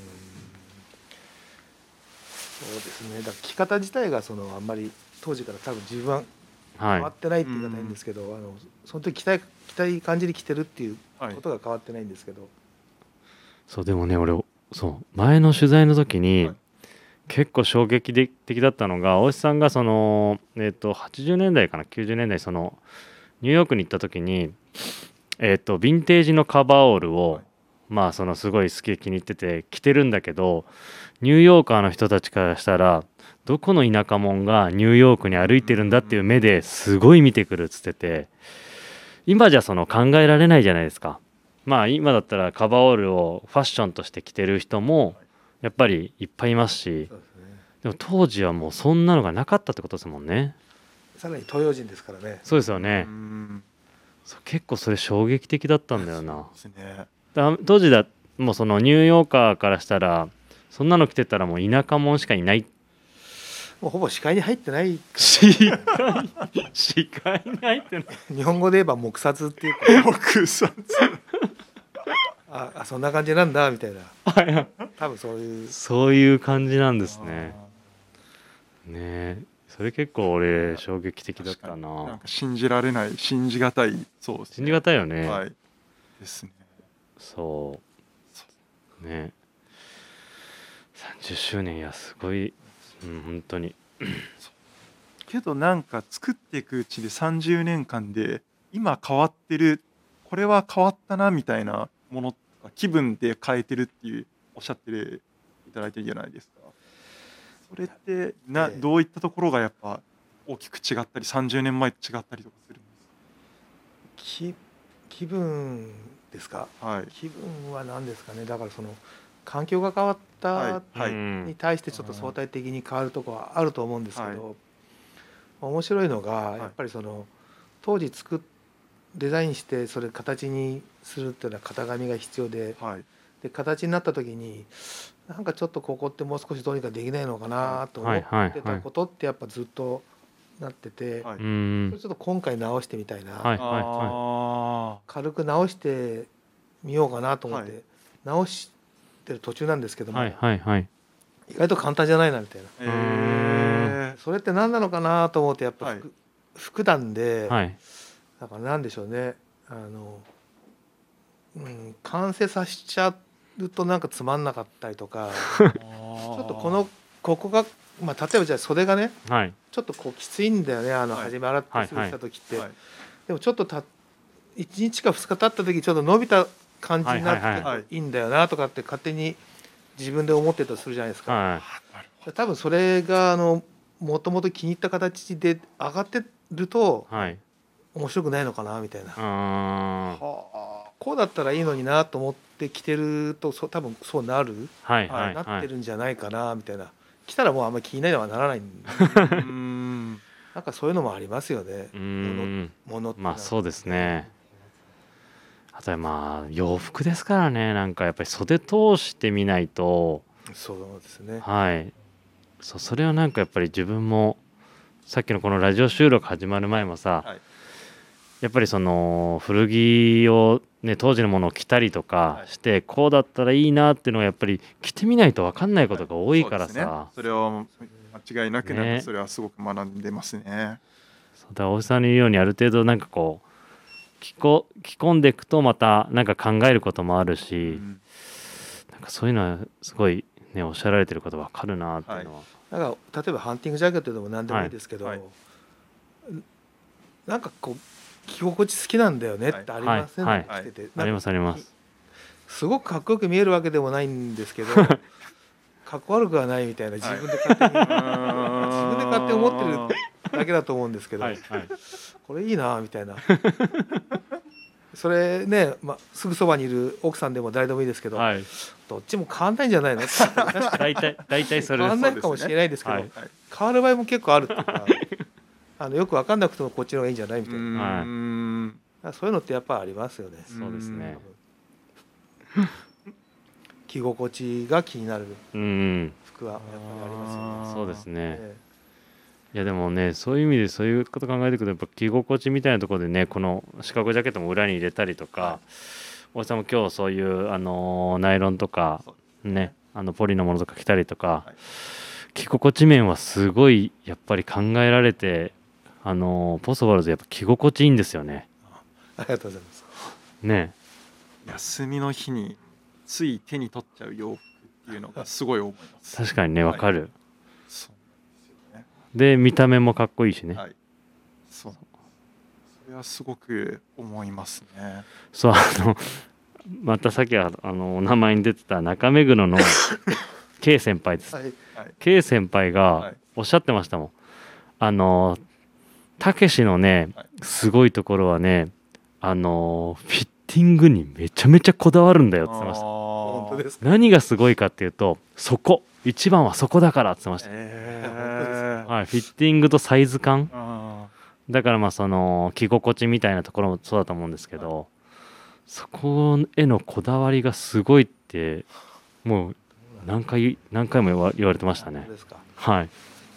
そうですね。だから着方自体がそのあんまり当時から多分自分は変わはってないって言い方変ですけど、あのその時着たい着たい感じに着てるっていうはいことが変わってないんですけど、 いそうでもね俺そう前の取材の時に、 はい結構衝撃的だったのが大石さんがその、えー、とはちじゅうねんだいかなきゅうじゅうねんだいそのニューヨークに行った時に、えー、とヴィンテージのカバーオールを、 はいまあそのすごい好きで気に入ってて着てるんだけどニューヨーカーの人たちからしたらどこの田舎者がニューヨークに歩いてるんだっていう目ですごい見てくるっつってて今じゃその考えられないじゃないですか。まあ今だったらカバーオールをファッションとして着てる人もやっぱりいっぱいいますしそうですね。 でも当時はもうそんなのがなかったってことですもんね。 さらに東洋人ですからね。 そうですよねう。んそう結構それ衝撃的だったんだよな。 そうですね。 だ当時だもうそのニューヨーカーからしたらそんなの着てたらもう田舎者しかいない。 もうほぼ視界に入ってないか視界視界ないってのら日本語で言えば黙殺っていうか僕さああそんな感じなんだみたいなはい多分そういうそういう感じなんですね。ねえそれ結構俺衝撃的だったなんな。 か信じられない信じがたいそうですね。 信じがたいよね。 はいですね。 そうねさんじゅっしゅうねんいやすごい、うん、本当にけどなんか作っていくうちでさんじゅうねんかんで今変わってる、これは変わったなみたいなものとか気分で変えてるっていうおっしゃってるいただいてるじゃないですか。それってな、 ええどういったところがやっぱ大きく違ったりさんじゅうねんまえと違ったりとかするんで気気分ですか。 すか？はい気分は何ですかね。だからその環境が変わっはたいはいに対してちょっと相対的に変わるところはあると思うんですけど、面白いのがいやっぱりその当時作っデザインしてそれ形にするっていうのは型紙が必要で、 はいで形になった時になんかちょっとここってもう少しどうにかできないのかなと思はいはいってたことってやっぱずっとなってて、 はい、 うーんそれちょっと今回直してみたいな、 はいはいはあ軽く直してみようかなと思って、 はい直してる途中なんですけども、 いはいはいはい意外と簡単じゃないなみたいな。 ーえそれって何なのかなと思ってやっぱはい服,、服なんで、 はいだからなんでしょうね、あの、うん、完成させちゃうとなんかつまんなかったりとかちちょっとこのここが、まあ、例えばじゃあ袖がねはいちょっとこうきついんだよね、あのはい初め洗ってすぐはいした時って、 はいでもちょっとたいちにちかふつか経った時ちょっと伸びた感じになはいはいはいっていいんだよなとかって勝手に自分で思ってたとするじゃないですか、 はい多分それがあのもともと気に入った形で上がってるとはい面白くないのかなみたいな、 あーはこうだったらいいのになと思って着てるとそ多分そうなる、 はいはいなってはいるんじゃないかなみたいな、着たらもうあんまり気になりはならないんであうーんなんかそういうのもありますよねうーんものってまあそうですね。あとはまあ洋服ですからね、なんかやっぱり袖通してみないと、 そうですねはいそうそれはなんかやっぱり自分もさっきのこのラジオ収録始まる前もさ、 はいやっぱりその古着をね当時のものを着たりとかはいして、こうだったらいいなっていうのはやっぱり着てみないと分かんないことが多いからそうですねさ、 それは間違いなくなんねかそれはすごく学んでますね。 そうだから大木さんの言うようにある程度なんかこう着こ着込んでいくとまたなんか考えることもあるし、 うんなんかそういうのはすごいねおっしゃられてること分かるなっていうのは、 なんか例えばハンティングジャケットでも何でもいいですけど、 はいなんかこう着心地好きなんだよねってありません、 はいはい着ててありますあります。 すごくかっこよく見えるわけでもないんですけどかっこ悪くはないみたいな自分で勝手に、自分で勝手に思ってるだけだと思うんですけど、 はいはいこれいいなみたいなそれね、まあ、すぐそばにいる奥さんでも誰でもいいですけど、 はい、 どっちも変わんないんじゃないのって確かに大体大体それ変わんです。 ないかもしれないですけど、 はいはい変わる場合も結構あるっていうかあのよく分かんなくてもこっちの方がいいんじゃないみたいな、 はいうーんだからそういうのってやっぱありますよね、 そうですね。 着心地が気になるうん服はやっぱりありますよね。 そうですね。 えいやでもねそういう意味でそういうこと考えていくとやっぱ着心地みたいなところでね、このシカゴジャケットも裏に入れたりとか、 は大木さんも今日そういうあのーナイロンとかそうねあのポリのものとか着たりとか、 はい着心地面はすごいやっぱり考えられて、あのーポストバルズやっぱ着心地いいんですよね。 ありがとうございます。 ね休みの日につい手に取っちゃう洋服っていうのがすごい思います。 確かにねわかる。 そうで見た目もかっこいいしね。 はいそうそれはすごく思いますね。 そうあのまたさっきはあのお名前に出てた中目黒の K 先輩です。 はい、 はい K 先輩がはいおっしゃってましたもん。あのたけしのねはいすごいところはね、あのフィッティングにめちゃめちゃこだわるんだよって言ってました。 本当ですか。 何がすごいかっていうとそこ一番はそこだからって言ってました。 えーはい、フィッティングとサイズ感あだからまあその着心地みたいなところもそうだと思うんですけど、そこへのこだわりがすごいってもう何回何回も言わ言われてましたね本当。ですか。 はい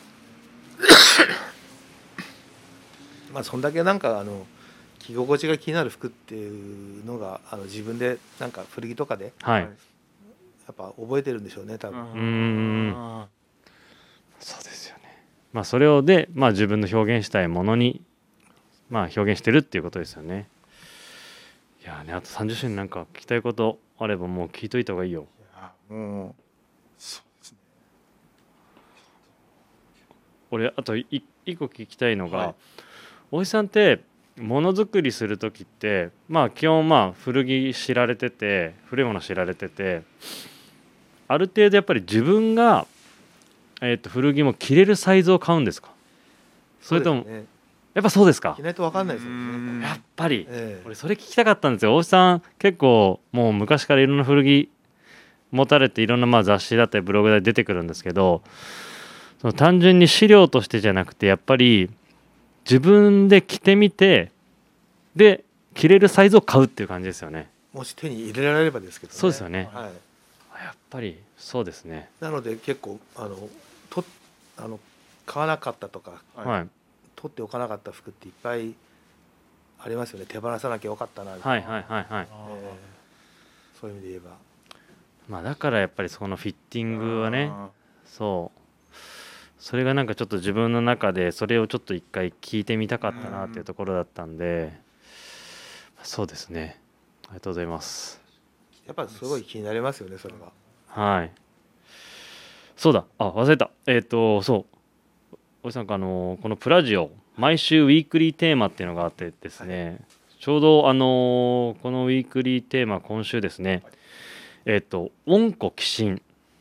まあそんだけなんかあの着心地が気になる服っていうのがあの自分でなんか古着とかではい、 やっぱ覚えてるんでしょうね多分。 うーんそうですよね。まあそれをでまあ自分の表現したいものにまあ表現してるっていうことですよね。いやーねあとさんじゅっしゅうねんなんか聞きたいことあればもう聞いといた方がいいよ。 いやもうそうですね。 俺あといっ一個聞きたいのが、 はい大石さんってものづくりする時ってまあ基本まあ古着知られてて古いもの知られててある程度やっぱり自分が、えー、と古着も着れるサイズを買うんですか？それともそうですね、 やっぱそうですか？ 着ないと分かんないですようね。 んやっぱりええ俺それ聞きたかったんですよ。大石さん結構もう昔からいろんな古着持たれていろんなまあ雑誌だったりブログで出てくるんですけど、その単純に資料としてじゃなくてやっぱり自分で着てみてで着れるサイズを買うっていう感じですよね。 もし手に入れられればですけどね。 そうですよね。 はい、 やっぱりそうですね。 なので結構あのとあの買わなかったとかはいはい取っておかなかった服っていっぱいありますよね。手放さなきゃよかったなみたいな、 はいはいはいはい。 ええそういう意味で言えばまあだからやっぱりそのフィッティングはね、 あそうそれがなんかちょっと自分の中でそれをちょっと一回聞いてみたかったなっていうところだったんで、そうですね。ありがとうございます。 やっぱすごい気になりますよねそれは。 はい。そうだ、あ忘れた。えっ、とそうおじさんかあのこのプラジオ毎週ウィークリーテーマっていうのがあってですね、ちょうどあのこのウィークリーテーマ今週ですね、えっ、と温故寄進。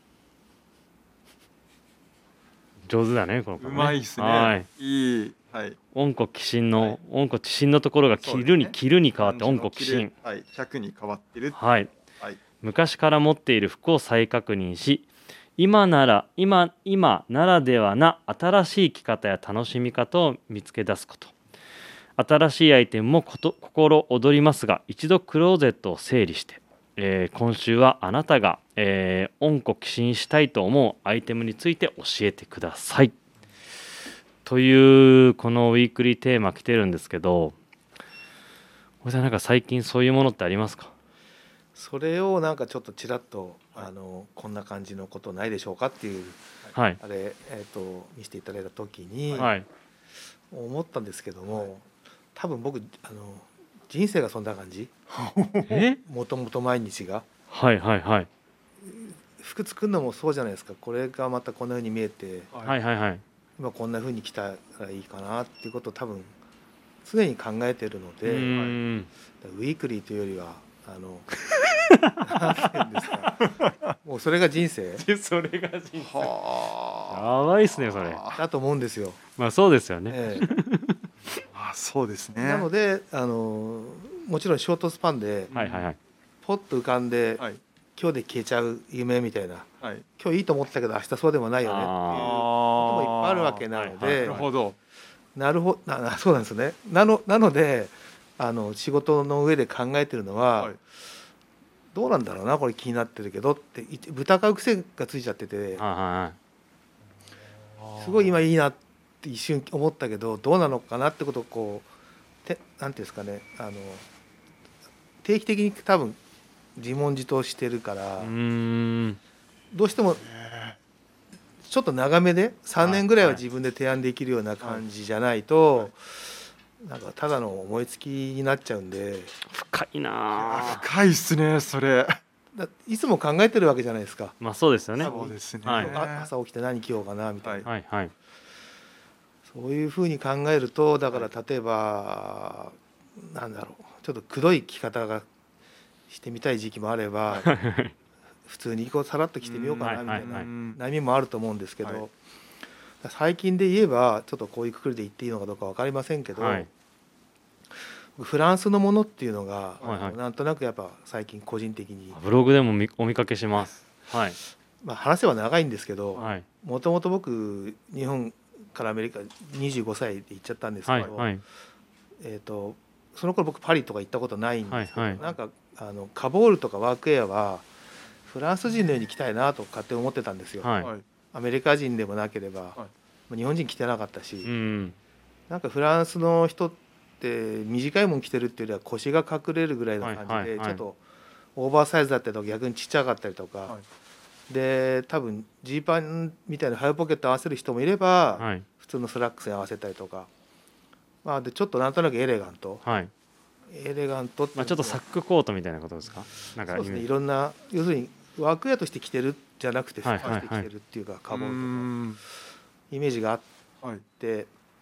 上手だねこの子ね。 ーうまいですね。 はい。 いい。はい。 温故寄進の、 はい温故知新のところが着るに、 そうですね着るに変わって温故寄漢字の進。 着るはい。百に変わってる。 はい。 はい。 昔から持っている服を再確認し、今なら今今ならではな新しい着方や楽しみ方を見つけ出すこと。新しいアイテムもこと心躍りますが、一度クローゼットを整理して、えー今週はあなたが、えー、温故寄進したいと思うアイテムについて教えてください。というこのウィークリーテーマ来てるんですけど、これなんか最近そういうものってありますか？ それをなんかちょっとちらっとあのこんな感じのことないでしょうかっていうはいあれ、えー、と見せていただいた時にはい思ったんですけども、多分僕あの人生がそんな感じ、 えもともと毎日がはいはいはい服作るのもそうじゃないですか。これがまたこんな風に見えてはいはいはい今こんな風に着たらいいかなっていうことを多分常に考えてるのうで、 ーんウィークリーというよりはあのなんていうんですか、もうそれが人生それが人生はやばいっすねそれ。 あ。 だと思うんですよ。 まあそうですよね。 えあ、そうですね。 えなのであのもちろんショートスパンではいはいはいポッと浮かんで、 はい今日で消えちゃう夢みたいな、 はい。 今日いいと思ってたけど明日そうでもないよねっていうこともいっぱいあるわけなのはいはいで、 なるほど。 なるほどなそうなんですね。なのなのであの仕事の上で考えてるのは、 はい。 どうなんだろうなこれ気になってるけどってい豚買う癖がついちゃってて、 はいはすごい今いいなって一瞬思ったけどどうなのかなってことをこうてなんていうんですかね、あの定期的に多分自問自答してるからいはい。うーんどうしてもちょっと長めでさんねんぐらいは自分で提案できるような感じじゃないとなんかただの思いつきになっちゃうんで、 深いなあ。 深いっすね、それ。 だいつも考えてるわけじゃないですか。 まあそうですよね。 そうですね。 はいあ朝起きて何着ようかなみたいな、 はいはいそういうふうに考えるとだから例えば、なんだろうちょっとくどい着方がしてみたい時期もあれば普通にこうさらっと着てみようかなみたいなはいはいはい波もあると思うんですけど、 はい最近で言えばちょっとこういうくくりで言っていいのかどうか分かりませんけど、 はいフランスのものっていうのが、 はいはいあのなんとなくやっぱ最近個人的に、 ブログでもみお見かけします。はいまあ、話せば長いんですけどはいもともと僕日本からアメリカにじゅうごさいで行っちゃったんですけど、 はいはいえー、とその頃僕パリとか行ったことないんですけど、 はいはいなんかあのカボールとかワークウェアはフランス人のように着たいなと勝手に思ってたんですよ、 はいはい。 アメリカ人でもなければ、 いまあ日本人着てなかったし、 うんなんかフランスの人って短いもん着てるっていうよりは腰が隠れるぐらいの感じで、 はいはいはいちょっとオーバーサイズだったりとか逆にちっちゃかったりとか、 はいで多分ジーパンみたいなハイポケット合わせる人もいれば、 はい普通のスラックスに合わせたりとか、まあ、でちょっとなんとなくエレガントはい。 エレガントっていうのまあちょっとサックコートみたいなことですか？なんかそうですね、 イメージいろんな要するにワークウェアとして着てるじゃなくて服はいとして着てるっていうか、カボうーンとかんイメージがあっはい。 て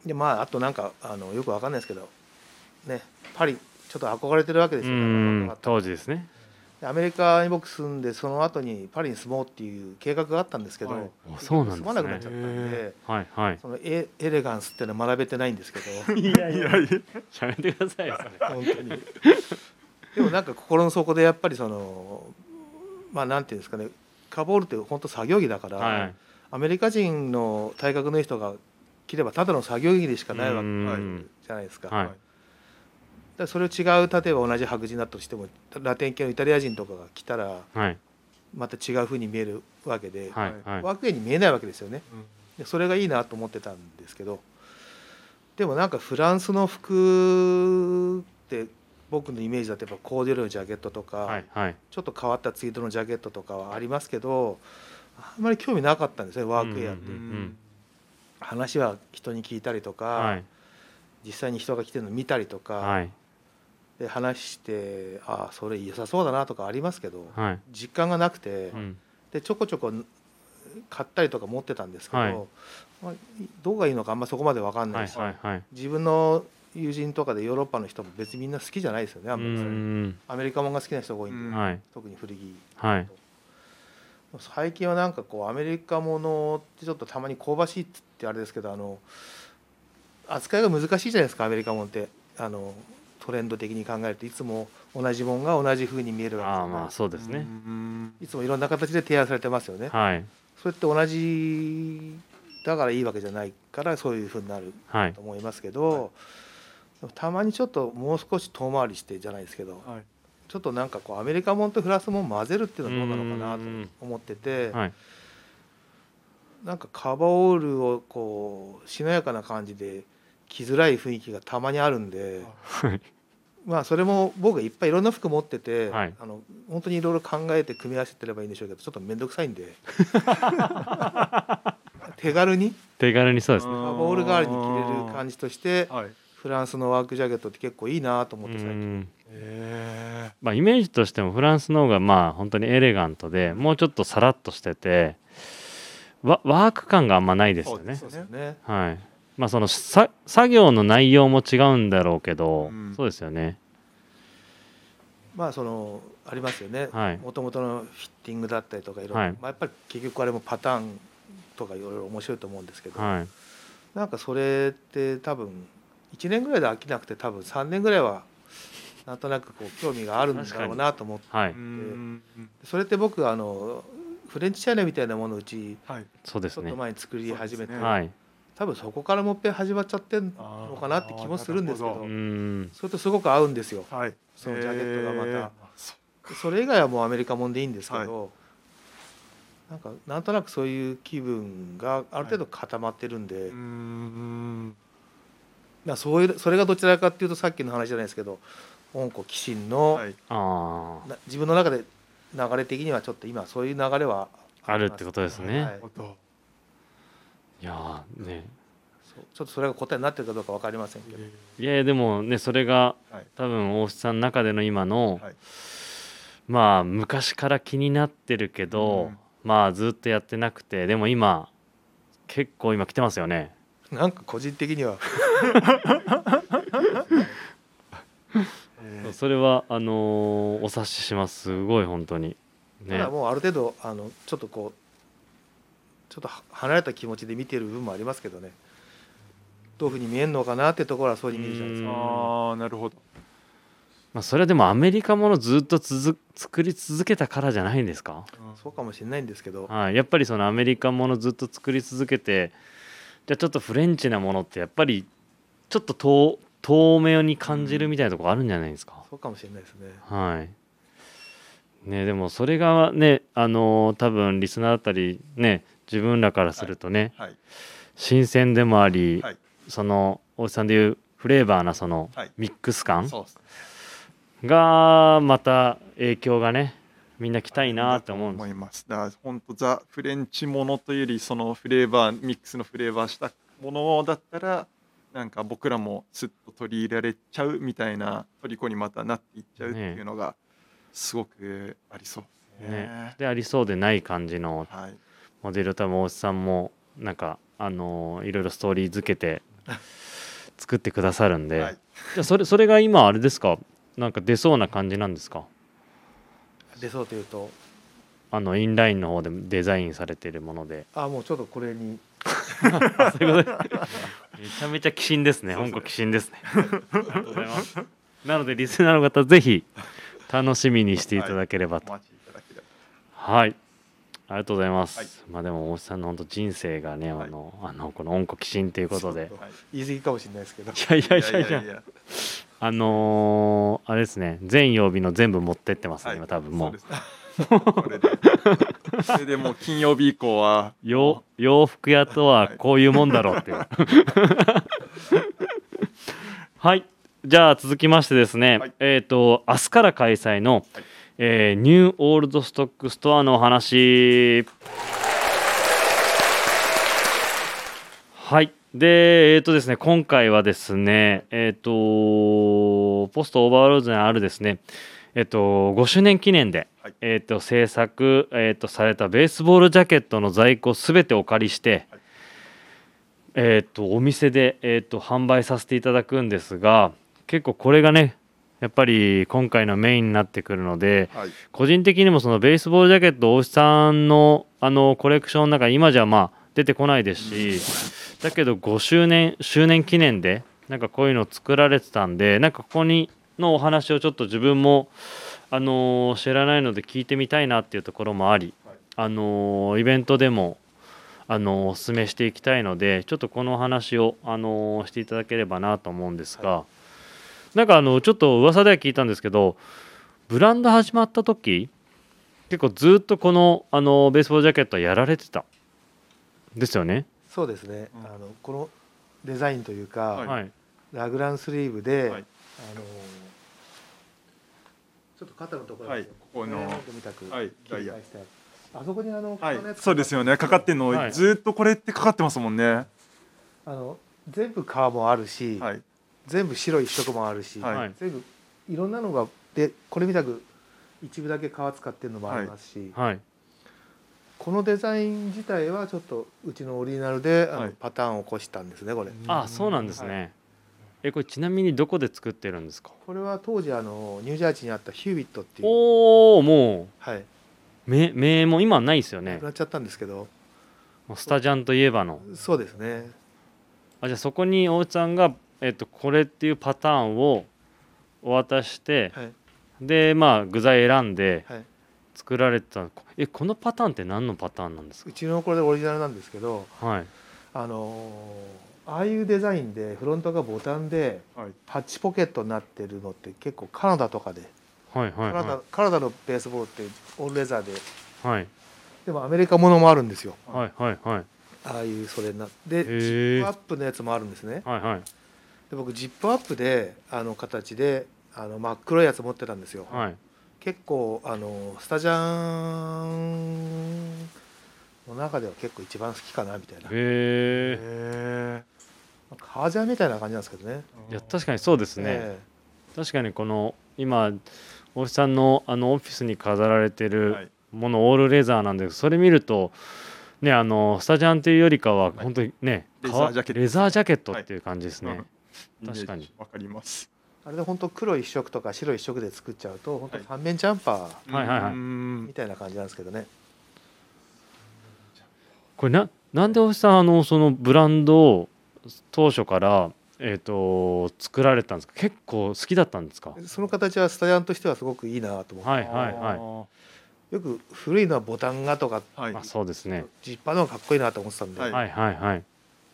でまああとなんかあのよくわかんないですけどね、パリちょっと憧れてるわけですうよ、 ん当時ですね。 でアメリカに僕住んでその後にパリに住もうっていう計画があったんですけど、 はい結そうなんですね局住まなくなっちゃったんで、 はいはい。 そのエエレガンスっていうのは学べてないんですけどいやいやいややめてくださいよそれ。 本当にでもなんか心の底でやっぱりそのまあなんていうんですかね、カボールって本当作業着だから、 はい。 アメリカ人の体格のいい人が着ればただの作業着でしかないわけうんじゃないですか。 はいだからそれを違う例えば同じ白人だとしてもラテン系のイタリア人とかが着たらはいまた違う風に見えるわけで、 はいはい。 ワークウェイに見えないわけですよね。 うんでそれがいいなと思ってたんですけど、でもなんかフランスの服って僕のイメージだとやっぱコーデュロイのジャケットとか、 はいはい。 ちょっと変わったツイードのジャケットとかはありますけど、あんまり興味なかったんですね、ワークウェアって。 うんうん話は人に聞いたりとか、 はい実際に人が着てるの見たりとか、 はいで話してああそれ良さそうだなとかありますけど、 はい。 実感がなくて、 うんでちょこちょこ買ったりとか持ってたんですけど、 はいまあ、どうがいいのかあんまそこまで分かんないはいし、 はいはい。 自分の友人とかでヨーロッパの人も別にみんな好きじゃないですよね、あうんまりんアメリカもんが好きな人が多いんで、 うんはい特に古着、 はい。 最近はなんかこうアメリカものってちょっとたまに香ばしいってあれですけど、あの扱いが難しいじゃないですか、アメリカもんってあのトレンド的に考えるといつも同じもんが同じ風に見えるわけじゃないああまあそうですね。 うんいつもいろんな形で提案されてますよね。 はいそれって同じだからいいわけじゃないからそういう風になるはいと思いますけど、でもたまにちょっともう少し遠回りしてじゃないですけど、 はいちょっとなんかこうアメリカもんとフランスもん混ぜるっていうのはどうなのかなうんと思ってて、 はいなんかカバーオールをこうしなやかな感じで着づらい雰囲気がたまにあるんで、 はいまあそれも僕がいっぱいいろんな服持ってて、 はいあの本当にいろいろ考えて組み合わせてればいいんでしょうけど、ちょっと面倒くさいんで手軽に手軽にそうですね。 カバーオール代わりに着れる感じとしてはいフランスのワークジャケットって結構いいなと思うって最近。 んえまあイメージとしてもフランスの方がまあ本当にエレガントでもうちょっとさらっとしててワワーク感があんまないですよねそ。 そうですよね。 はい。まあそのさ作業の内容も違うんだろうけど、 うんそうですよね。 まあそのありますよね。 はいもともとのフィッティングだったりとかいろいろ、 はいまあやっぱり結局あれもパターンとかいろいろ面白いと思うんですけど、 はいなんかそれって多分いちねんぐらいで飽きなくて多分さんねんぐらいはなんとなくこう興味があるんだろうなと思って、 はい。 うんそれって僕あのフレンチチャイナみたいなものをうちはいそうですねちょっと。前に作り始めて、 そうですねはい。 多分そこからもっぺん始まっちゃってんのかなって気もするんですけどあーなるほうーん。 それとすごく合うんですよ。 はいそのジャケットがまたえーそそれ以外はもうアメリカもんでいいんですけど、なんかなんとなくそういう気分がある程度固まってるんで、 うーんまあそういうそれがどちらかっていうとさっきの話じゃないですけど温故寄進の、 はいあな自分の中で流れ的にはちょっと今そういう流れはあ。あるってことですね。 はいなるほどいやーね。 そうちょっとそれが答えになってるかどうか分かりませんけど、 いやいやでもねそれがはい多分大須さんの中での今の、 はいまあ昔から気になってるけど、 うんまあずっとやってなくてでも今結構今来てますよね。 なんか個人的にはえーそれはあのーお察ししますすごい本当にねただ。もうある程度あのちょっとこうちょっとは離れた気持ちで見てる部分もありますけどね、どういうふうに見えるのかなってところはそういうふうに見るじゃないですか。 ああなるほどまあそれはでもアメリカものずっと続作り続けたからじゃないんですか。 そうかもしれないんですけど、 はい、やっぱりそのアメリカものずっと作り続けてじゃあちょっとフレンチなものってやっぱりちょっと遠遠目に感じるみたいなところあるんじゃないですか。 そうかもしれないですね。 はいね、でもそれがねあのー多分リスナーだったりね自分らからするとね、 はい新鮮でもあり、 はいその大内さんでいうフレーバーなそのはいミックス感そうですねがまた影響がねみんな来たいなって思うんです思います。だから本当ザ・フレンチものというよりそのフレーバーミックスのフレーバーしたものだったらなんか僕らもスッと取り入れられちゃうみたいな虜にまたなっていっちゃうっていうのがすごくありそうですね。 ねでありそうでない感じのはい、 モデル多分大内さんもなんかあのーいろいろストーリー付けて作ってくださるんで、 はい、 じゃあそれそれが今あれですか、なんか出そうな感じなんですか？ 出そうというと、 あのインラインの方でデザインされているもので。 あもうちょっとこれにあそういうことですめちゃめちゃ鬼神ですね。 そうですね本校鬼神ですね。ありがとうございます。なのでリスナーの方ぜひ楽しみにしていただければと。 お待ちいただければ。 はい。ありがとうございます。 はいまあでも大内さんの本当人生がね、 はいあのあのこの温故鬼神ということで、 そうはい言い過ぎかもしれないですけど、 いやいやいやいや、 やあのーあれですね、全曜日の全部持ってってますね、 はい今多分もう。 そうですねこれでそれでもう金曜日以降はよ洋服屋とはこういうもんだろうっていう。はい。じゃあ続きましてですね、 はいえっ、と明日から開催の、 はいえーニューオールドストックストアのお話。はい。で、えっ、とですね、今回はですね、えっ、とポストオーバーローズにあるですね、えっ、とごしゅうねん記念で、 はいえっ、と制作えっ、とされたベースボールジャケットの在庫すべてお借りして、 はいえっ、とお店でえっ、と販売させていただくんですが、結構これがね、やっぱり今回のメインになってくるので、 はい個人的にもそのベースボールジャケット大石さんのあのコレクションの中今じゃまあ出てこないですし、だけどごしゅうねん周年記念でなんかこういうのを作られてたんで、なんかここにのお話をちょっと自分もあの知らないので聞いてみたいなっていうところもあり、 はいあのイベントでもあのお勧めしていきたいので、ちょっとこのお話をあのしていただければなと思うんですが、なんかあのちょっと噂では聞いたんですけど、ブランド始まった時結構ずっとこのあのベースボールジャケットはやられてたですよね。 そうですね、 うんあのこのデザインというか、 はいはいラグランスリーブで、 はいあのちょっと肩のところはいここのみたくはいダイヤ切り返してある、あそこにあの、 はいこのやつそうですよね、かかってんの、 はいずーっとこれってかかってますもんね。はあの全部革もあるし、 い全部白一色もあるし、 はいはい全部いろんなのがでこれみたく一部だけ革使ってるのもありますし、 はいこのデザイン自体はちょっとうちのオリジナルであの、 はいパターンを起こしたんですねこれ。 あ、そうなんですね。 はえこれちなみにどこで作ってるんですか？ これは当時あのニュージャージーにあったヒュービットっていう、 おお、もはい、 う名名も今ないですよねなく。なっちゃったんですけど、 もうスタジャンといえばの。 そうですね。 あ、じゃあそこに大内さんがえっとこれっていうパターンをお渡しして、 はいでまあ具材選んではい。 作られてた。えこのパターンって何のパターンなんですか？ うちのこれでオリジナルなんですけど、 はいあのーああいうデザインでフロントがボタンではいパッチポケットになってるのって結構カナダとかで、 はいはいカナダはカナダのベースボールってオールレザーで、 いはいでもアメリカものもあるんですよ。 はいはいはいああいうそれなでジへーップアップのやつもあるんですね。 はいはいで僕ジップアップであの形であの真っ黒いやつ持ってたんですよ。 はい結構あのスタジャンの中では結構一番好きかなみたいな、 へえ。 へ革ジャンみたいな感じなんですけどね。 いや確かにそうですね。 え確かにこの今大石さんのあのオフィスに飾られてはるいものオールレザーなんですけど、それ見るとね、あのスタジャンというよりかは本当にね、 レザージャケットレザージャケットっていう感じですね。 ー確かにイメージわかります。 あれで本当黒一色とか白一色で作っちゃうと本当はい三面ジャンパはいはいはいうーんみたいな感じなんですけどね。 これななんで大石さんあのそのブランドを当初からえっ、と作られたんですか？結構好きだったんですか？ その形はスタジャンとしてはすごくいいなと思って、 はいはいはい。 はよく古いのはボタンがとかいはいあそうですね。 ジッパーの方がかっこいいなと思ってたんで、 はいはいはいはい。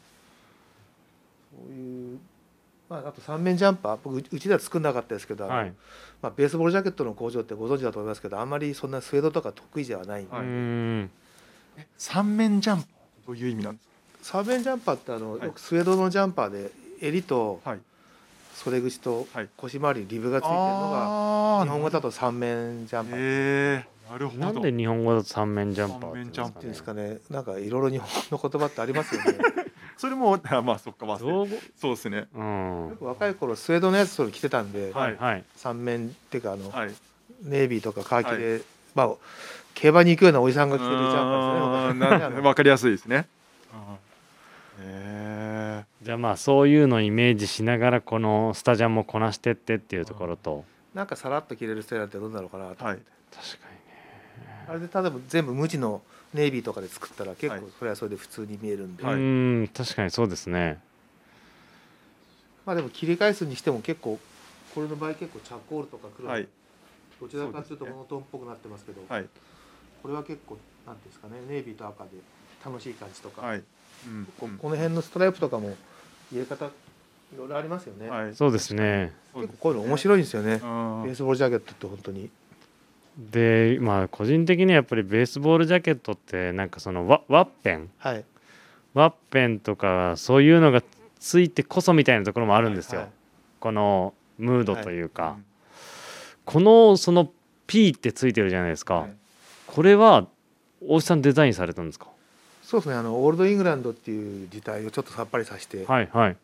そういう、まあ、あと三面ジャンパー僕ううちでは作んなかったですけど、あのはい。 まあ、ベースボールジャケットの工場ってご存知だと思いますけどあんまりそんなスウェードとか得意ではないんで、 うはいーん。 三面ジャンパーってどういう意味なんです三面ジャンパーってあの、 はいよくスウェードのジャンパーで襟とか？はい袖口とはい腰回りにリブがついてるのがあ日本語だと三面ジャンパーってへえなるほど。 なんで日本語だと三面ジャンパーっていうんですかねいうんですかね。なんかいろいろ日本の言葉ってありますよね。 それもあまあそっかまあそう造語そうですね。 うん。 よく若い頃スウェードのやつそれ着てたんで、 はいはい。 三面っていうかあの、 はい。 ネイビーとかカーキで、まあ競馬に行くようなおじさんが着てるジャンパーですねあー昔ね。あのなわかりやすいですね。へえ。 じゃあまあそういうのをイメージしながらこのスタジャンもこなしてってっていうところと、 なんかさらっと着れるスタイルってどうなのかなと思って、 はい、 確かにね。 あれで例えば全部無地のネイビーとかで作ったら結はい構それはそれで普通に見えるんで、 うはいーん確かにそうですね。 まあでも切り返すにしても結構これの場合結構チャコールとか黒、 はい、 どちらかというとそうですねモノトーンっぽくなってますけど、 はい、 これは結構なんていうんですかね、ネイビーと赤で楽しい感じとか、 はい、うんこうんこの辺のストライプとかも入れ方いろいろありますよね、 はい、 そうですね。 結構こういうの面白いんですよね、 あーベースボールジャケットって本当に。 でまあ個人的にはやっぱりベースボールジャケットってなんかそのワワッペンはいワッペンとかそういうのがついてこそみたいなところもあるんですよ、 はいこのムードというか、 うんこのその P ってついてるじゃないですか、 はいこれは大石さんデザインされたんですか？ そうですね、あのオールドイングランドっていう字体をちょっとさっぱりさせて、 はいはい。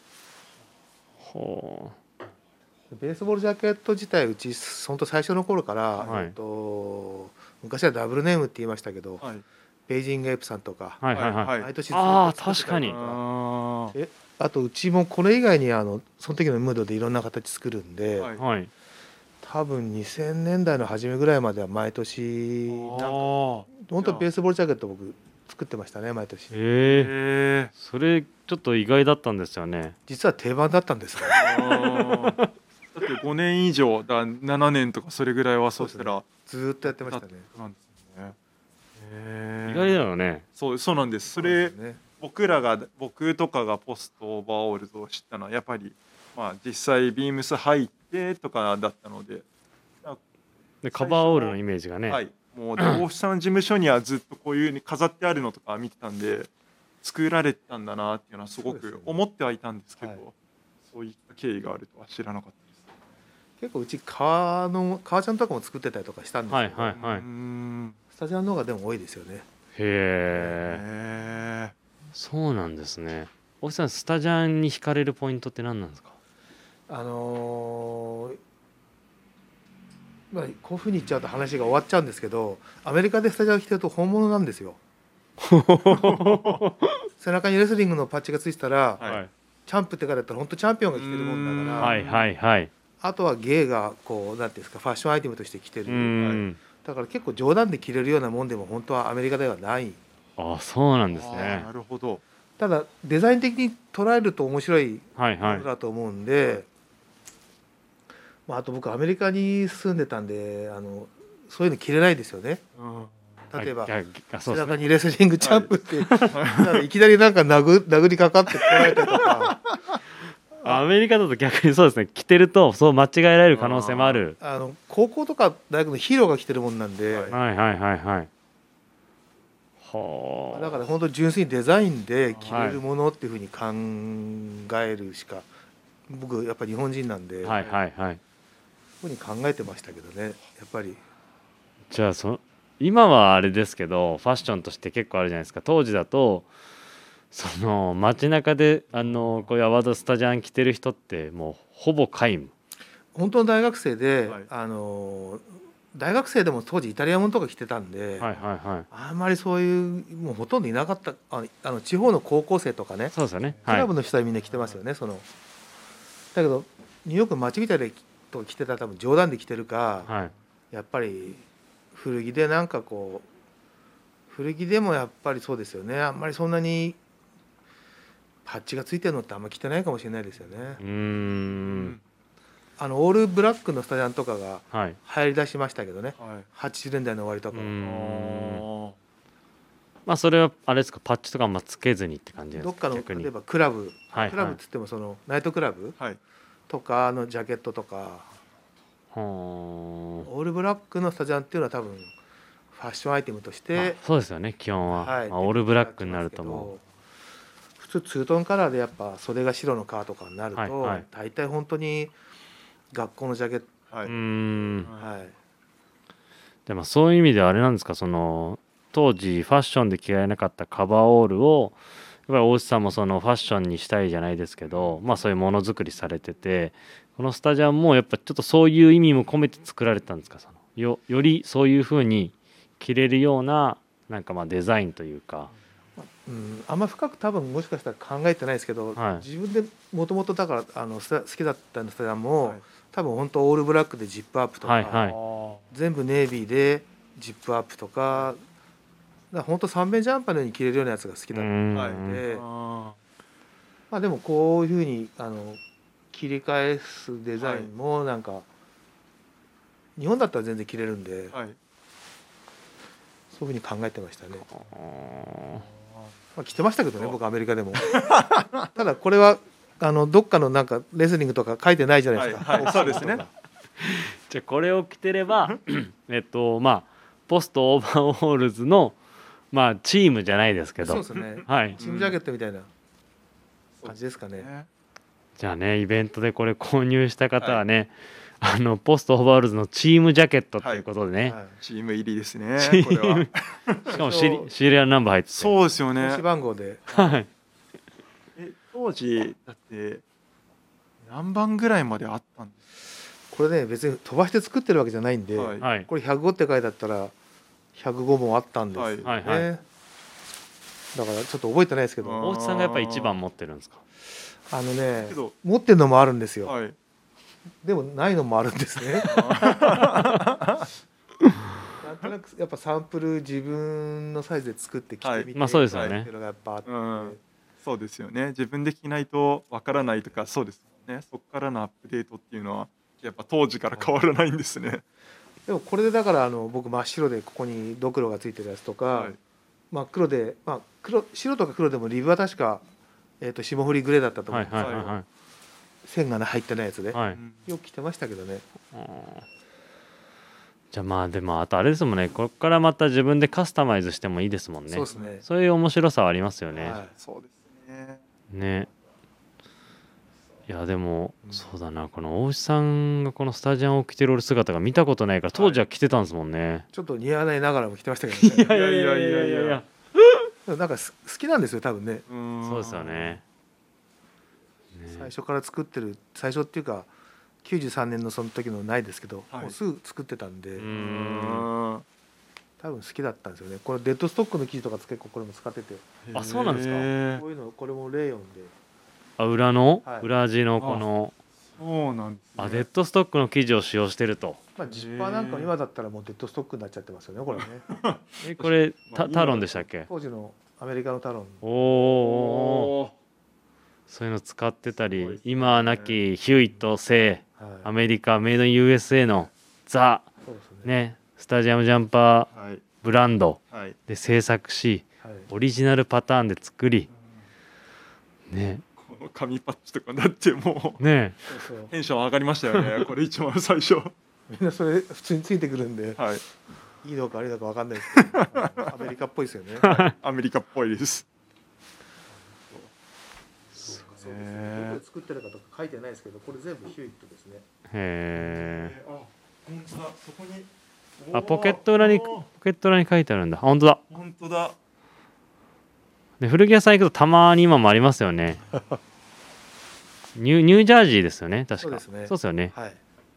ほベースボールジャケット自体うち本当最初の頃から、 はいえっと、昔はダブルネームって言いましたけど、 はい、 ベイジングエイプさんとか、 うはいはいはい。 はい毎年あーずっと作ってたりと確あーえあとうちもこれ以外にあのその時のムードでいろんな形作るんで、 はいはい。 多分にせんねんだいの初めぐらいまでは毎年なんかあ本当ベースボールジャケット僕作ってましたね毎年。 えー、 ーへそれちょっと意外だったんですよね。 実は定番だったんですよ。 ーだってごねん以上だななねんとかそれぐらいはそうしたらずーっとやってましたね。 なんですね。へー意外だよね。 そうそうなんです。そそうでれすね僕らが僕とかがポストオーバーオールズを知ったのはやっぱりまあ実際ビームス入ってとかだったので、 でカバーオールのイメージがね。 はい、もうで大木さんの事務所にはずっとこういうに飾ってあるのとか見てたんで作られてたんだなっていうのはすごくそうですよね思ってはいたんですけど、 はいそういった経緯があるとは知らなかったです。 結構うち革の革ジャンとかも作ってたりとかしたんですけど、 はいはいはい。 うーんスタジャンの方がでも多いですよね。 へえ。 へーそうなんですね。大石さんスタジャンに惹かれるポイントって何なんですか？ あのーまあ、こういうふうに言っちゃうと話が終わっちゃうんですけど、アメリカでスタジャン着てると本物なんですよ。背中にレスリングのパッチがついてたら、 はいはいチャンプって書いてあったら本当チャンピオンが着てるもんだから、 はいはいはい。 あとは芸がこうなんていうんですかファッションアイテムとして着てる、 うーん。 だから結構冗談で着れるようなもんでも本当はアメリカではない。 あ、そうなんですあーねな。るほど。 ただデザイン的に捉えると面白いもはいはいのだと思うんで、まあ、あと僕アメリカに住んでたんであのそういうの着れないですよね。 うん例えばあいやあそうですね。 背中にレスリングチャンプって、なんかいきなりなんか殴殴りかかってこられたりとかアメリカだと逆にそうですね。着てるとそう間違えられる可能性もある。 あの高校とか大学のヒーローが着てるもんなんで、 はいはいはいはいはい。はあ。 だから本当に純粋にデザインで着れるものっていうふうに考えるしか、僕やっぱり日本人なんで、 はいはいはい。 そういうふうに考えてましたけどねやっぱり。 じゃあそ今はあれですけどファッションとして結構あるじゃないですか。当時だとその街中であのこういうアワードスタジャン着てる人ってもうほぼ皆無。 本当の大学生で、 はいあの大学生でも当時イタリアもんとか着てたんで、 はいはいはい。 あんまりそういうもうほとんどいなかったああの地方の高校生とかねそうですよね。はいクラブの人はみんな着てますよね、そのだけどニューヨークの街みたいでとか着てたら多分冗談で着てるか、 はい。 やっぱり古着でなんかこう古着でもやっぱりそうですよね、あんまりそんなにパッチがついてるのってあんま着てないかもしれないですよね。 うーん。 あのオールブラックのスタジャンとかがはい。 流行りだしましたけどね、 はいはちじゅうねんだいの終わりとかは、 うーんあーまあそれはあれですかパッチとかあんまつけずにって感じですか。 どっかの逆に例えばクラブ、 はいクラブっつってもそのナイトクラブはいとかのジャケットとか、 はーオールブラックのスタジャンっていうのは多分ファッションアイテムとして、 あそうですよね基本は、 はいまあ、オールブラックになるとも普通ツートンカラーでやっぱ袖が白の革とかになると、 はいはい大体本当に学校のジャケット、 はいううーんはい、 でもそういう意味ではあれなんですかその当時ファッションで着られなかったカバーオールをやっぱり大石さんもそのファッションにしたいじゃないですけど、まあそういうものづくりされててこのスタジャンもやっぱちょっとそういう意味も込めて作られたんですかその よ, よりそういう風に着れるようななんかまあデザインというか。 うん、あんま深く多分もしかしたら考えてないですけど、 はい自分でもともとだからあのスタ好きだったスタジャンも、 はい多分本当オールブラックでジップアップとか、 はいはいあ全部ネイビーでジップアップとか、だから本当三面ジャンパーのように着れるようなやつが好きだったうーんはいので、 あまあでもこういうふうにあの切り返すデザインもなんか、日本だったら全然着れるんで、 はいそういうふうに考えてましたね。 あまあ、着てましたけどね、僕アメリカでも。ただこれはあのどっかのなんかレスリングとか書いてないじゃないですか。 はいはいそうですねーじゃあこれを着てればえっとまあポストオーバーオールズのまあチームじゃないですけど、 そうですね。 はい、 チームジャケットみたいな感じですかね。 ねじゃあねイベントでこれ購入した方はね、あのポストオーバーオールズのチームジャケットということでね、 はいチーム入りですねチームこれはしかもシリシリアルナンバー入っててそうですよね投資番号で。 はいえ当時だって何番ぐらいまであったんでこれね別に飛ばして作ってるわけじゃないんで、 すかはいはいこれひゃくごって書いてあったらひゃくごもあったんですよね。 はいはいはいだからちょっと覚えてないですけど、 あー大内さんがやっぱり一番持ってるんですか。 あのねけど持ってるのもあるんですよ。 はいでもないのもあるんですね。なんとなくやっぱサンプル自分のサイズで作って着てみて、 まあそうですよねっていうのがやっぱあって、 うんそうですよね自分で着ないとわからないとかそうですよねそこからのアップデートっていうのはやっぱ当時から変わらないんですねでもこれでだからあの僕真っ白でここにドクロがついてるやつとか、 はい真っ黒で、まあ、黒白とか黒でもリブは確か、えー、と霜降りグレーだったと思はいうんです、 はいはいはい線が入ってないやつで、 はい、 うんよく着てましたけどね。 あーじゃあまあでもあとあれですもんね、ここからまた自分でカスタマイズしてもいいですもんね。 そうですね。 そういう面白さはありますよね。 はいそうですねね。いやでも、 うんそうだな、この大石さんがこのスタジャンを着てる姿が見たことないから当時は着てたんですもんね。 ちょっと似合わないながらも着てましたけどね。 やいやいやいやいやいやでもなんかす好きなんですよ多分ね。 うんそうですよね。ね最初から作ってる最初っていうかきゅうじゅうさんねんのその時のないですけど、 はいもうすぐ作ってたんで、 うーうんん多分好きだったんですよね。このデッドストックの生地とか結構これも使ってて、 あそうなんですかへーこういうのこれもレーヨンで、 あ裏の、 はい裏地のこのそうなんですねあデッドストックの生地を使用してると。 まあ、ジッパーなんか今だったらもうデッドストックになっちゃってますよねこれね。 えこれタまあタロンでしたっけ？ 当時のアメリカのタロン。 おーおーおーそういうの使ってたり、 すごいですね今は亡きヒューイット製はい、 アメリカメイドイン ユーエスエー のザそうですね。 ねスタジアムジャンパーはいブランドはいで制作しはい、 オリジナルパターンで作りねこの紙パッチとかだってもうねそうそう。 テンション上がりましたよねこれ一番最初みんなそれ普通についてくるんで、 はいいいのか悪いのか分かんないですけど、アメリカっぽいですよね。 アメリカっぽいですそうですね。どこで作ってるかとか書いてないですけど、これ全部ヒューイットですね。 へえあ本当だそこにあポケット裏にポケット裏に書いてあるんだ。本当だ。 本当だで古着屋さん行くとたまに今もありますよね。ニューニュージャージーですよね確か。 そうですねそうですよね。 はい。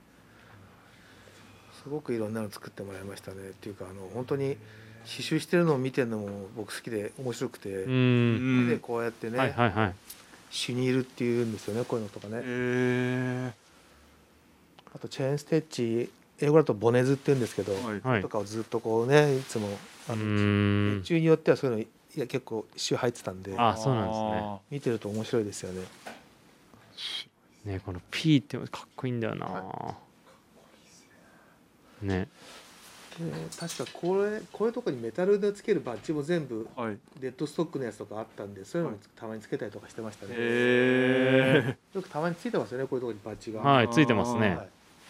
すごくいろんなの作ってもらいましたね。っていうかあの本当に刺繍してるのを見てるのも僕好きで面白くて、 うーん。 でこうやってね、 はいはいはい。 シュニールっていうんですよねこういうのとかね。 えあとチェーンステッチ英語だとボネズって言うんですけど、 ーはいはい。 とかをずっとこうねいつもあうのーん熱。中によってはそういうのいや結構刺繍入ってたんであそうなんですね見てると面白いですよね。 ねこの P ってかっこいいんだよな。ね。 で確かこれこういうとこにメタルでつけるバッジも全部はいデッドストックのやつとかあったんでそういうのもたまにつけたりとかしてましたね。 えよくたまについてますよねこういうとこにバッジが。 はいついてますね。 はい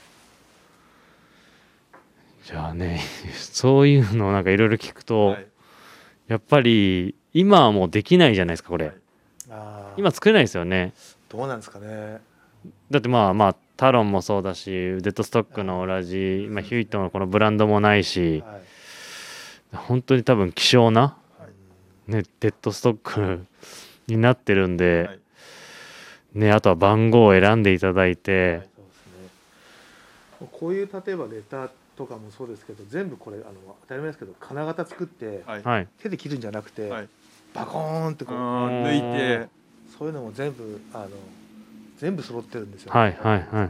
じゃあねそういうのをなんかいろいろ聞くーと、 はいやっぱり今はもうできないじゃないですかこれ。 はいあー今作れないですよね。 どうなんですかね。 だってまあまあタロンもそうだしデッドストックの裏地、まあ、ヒューイットのこのブランドもないしはい本当に多分希少な、 はいね、デッドストックになってるんで、 はいね、あとは番号を選んでいただいて、 そうですね。こういう例えばレターとかもそうですけど全部これあの当たり前ですけど金型作ってはいはい手で切るんじゃなくて、 はいバコーンってこう抜いて、 そういうのも全部あの全部揃ってるんですよ、 ね。はいはいはい。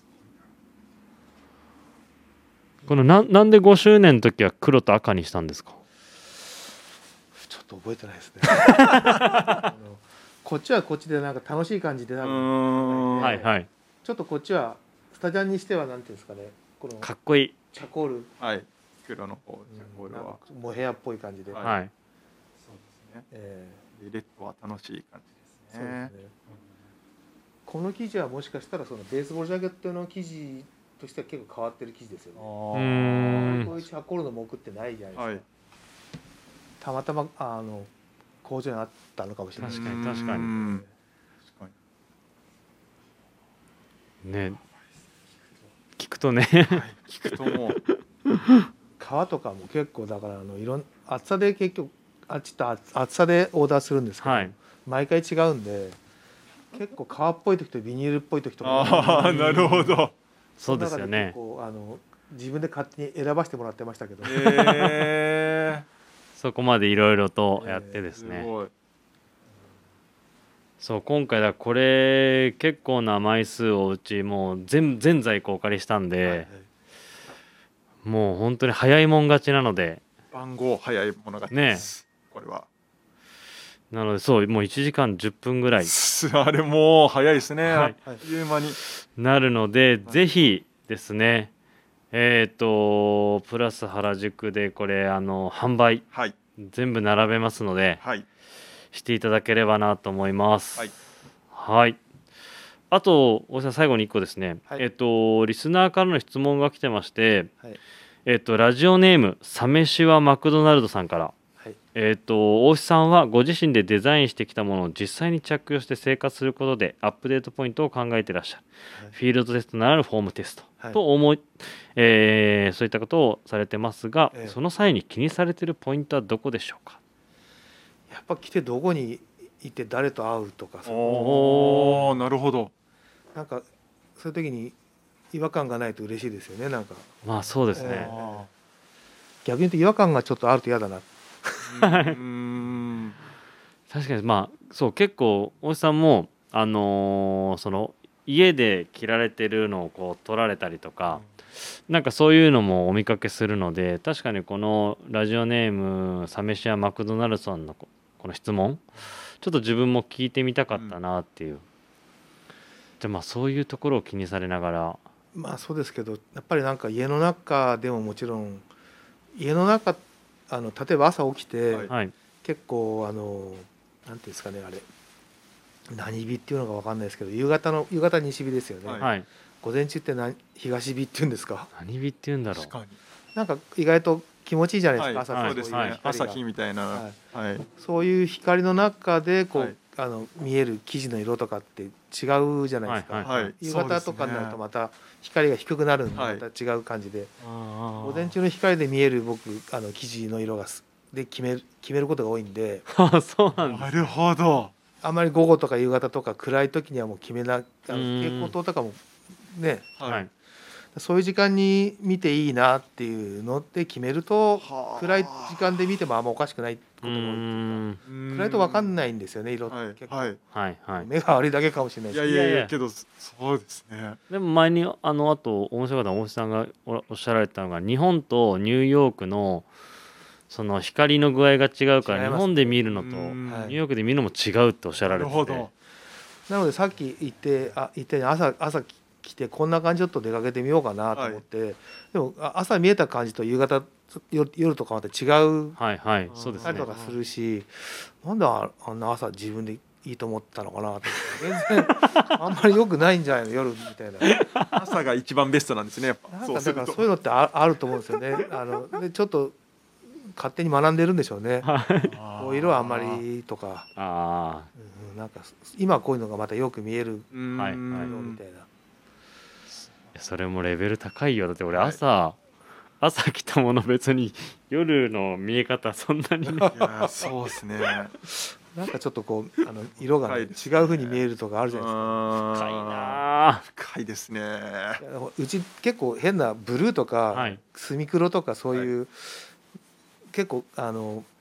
このななんでごしゅうねんの時は黒と赤にしたんですか？ ちょっと覚えてないですねあのこっちはこっちでなんか楽しい感じで多分はいはい。 ちょっとこっちはスタジャンにしてはなんていうんですかね、このかっこいい。 チャコール、 はい黒の方チャコールはモヘアっぽい感じで、 はいはい。 そうですね。 えでレッドは楽しい感じですーそうね。 ですね。この生地はもしかしたらそのベースボールジャケットの生地としては結構変わってる生地ですよね。 うあーんこういうチャコールの木ってないじゃないですか、 はい。 たまたまあの工場にあったのかもしれない。 確かに確かにうん確かね。聞くとね。 に。はい。聞くともう皮とかも結構だからあのいろん厚さで結局あっちと厚厚さでオーダーするんですけど、 はい。 毎回違うんで結構皮っぽい時とビニールっぽい時とかああなるほど。 そうですよね。 結構あの自分で勝手に選ばせてもらってましたけど、 えそこまでいろいろとやってでー、 すね。 すごい。 そう今回だこれ結構な枚数をうちもう全全在庫お借りしたんで、 はいもう本当に早いもん勝ちなので、 番号早いものがです。これは。 なのでそうもういちじかんじゅっぷんぐらいすあれもう早いですね。 はいあっという間に。 なるので、 はいぜひですねえっ、とプラス原宿でこれあの販売はい全部並べますのではいしていただければなと思います。 はい。 はい。あと大木さん最後にいっこですね、 はいえっとリスナーからの質問が来てまして、 はいえっとラジオネームサメシワマクドナルドさんから、 はいえっと大石さんはご自身でデザインしてきたものを実際に着用して生活することでアップデートポイントを考えていらっしゃる、 はいフィールドテストならぬフォームテスト、 はいと思い、えーそういったことをされてますが、 ええその際に気にされているポイントはどこでしょうか？ やっぱ来てどこに行って誰と会うとか、そうおおなるほど。 なんかそういう時に違和感がないと嬉しいですよね。なんかまあそうですね、 えあ逆に言うと違和感がちょっとあると嫌だな。 ーうーん確かにまあそう結構大石さんもあのーその家で着られてるのをこう撮られたりとか、なんかそういうのもお見かけするので、確かにこのラジオネームサメシアマクドナルドさんのここの質問ちょっと自分も聞いてみたかったなっていう、じゃあまあそういうところを気にされながら、 まあそうですけど、やっぱりなんか家の中でももちろん家の中あの例えば朝起きて、 はいはい結構あのなんていうんですかね、あれ何日っていうのか分かんないですけど、夕方の夕方西日ですよね、 はいはい、 午前中って何東日っていうんですか。 何日っていうんだろう。 確かに。 なんか意外と気持ちいいじゃないですか、 はい、 朝そうですね。 そういう光が朝日みたいな。 ははいい。 そういう光の中でこう、 はいあの見える生地の色とかって違うじゃないですか、 はいはい。 夕方とかになるとまた光が低くなるんではいまた違う感じで、 あー午前中の光で見える僕あの生地の色がすで決める決めることが多いんで、 あそうなんです。 なるほど。 あんまり午後とか夕方とか暗い時にはもう決めなあのうん蛍光灯とかもね、 ははいい。 そういう時間に見ていいなっていうのって決めると、 はあ暗い時間で見てもあんまおかしくないことうが多いっていうか、 ん暗いと分かんい。 ないんですよね、色って、 はい結構、 はい。 はいはい。 目が悪いだけかもしれないいですけどやいやいいやいややけどそうですね。 でも前にあのあと面白かったのは大石さんがおおっしゃられたのが、日本とニューヨークのその光の具合が違うから、 違いますね日本で見るのとニうんューヨークで見るのも違うっておっしゃられてて、 なるほど。 なのでさっき言ってあ言ったように朝朝来てこんな感じちょっと出かけてみようかなと思って、でもあ朝見えた感じと夕方夜夜とかまた違うはいはいそうですねたりと。かするし、なんでああんな朝自分でいいと思ったのかなと思って、全然あんまり良くないんじゃないの夜みたいな。 朝が一番ベストなんですね。やっぱなんそうするとかだからそういうのってああると思うんですよね。あのでちょっと勝手に学んでるんでしょうね。こう色はあんまりとか、 あうん、なんか今こういうのがまたよく見えるうーんはいはいのみたいな。 あそれもレベル高いよ。だって俺はい朝、朝来たもの別に夜の見え方そんなにねいやそうですね。 なんかちょっとこうあの色が、ね、違深いうですね風に見えるとかあるじゃないですか。 深い深なあ。 深いですね。 いやうち結構変なブルーとか、 はい墨黒とかそういう、結構あの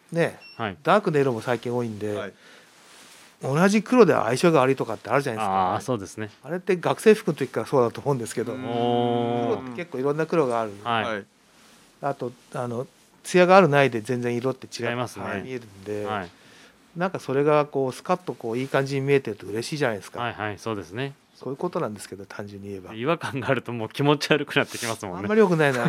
ね、 はい、 ダークな色も最近多いんで、 はい、 同じ黒で相性が悪いとかってあるじゃないですか。 ああそうですね。 あれって学生服の時からそうだと思うんですけど、 うん黒って結構いろんな黒がある、 はい、 はい、 あとあの艶があるないで全然色って違違いますね見えるんで、 はい、 なんかそれがこうスカッとこういい感じに見えてると嬉しいじゃないですか、 はいはいそうですね。 そういうことなんですけど、単純に言えば違和感があるともう気持ち悪くなってきますもんね。 あんまり良くないな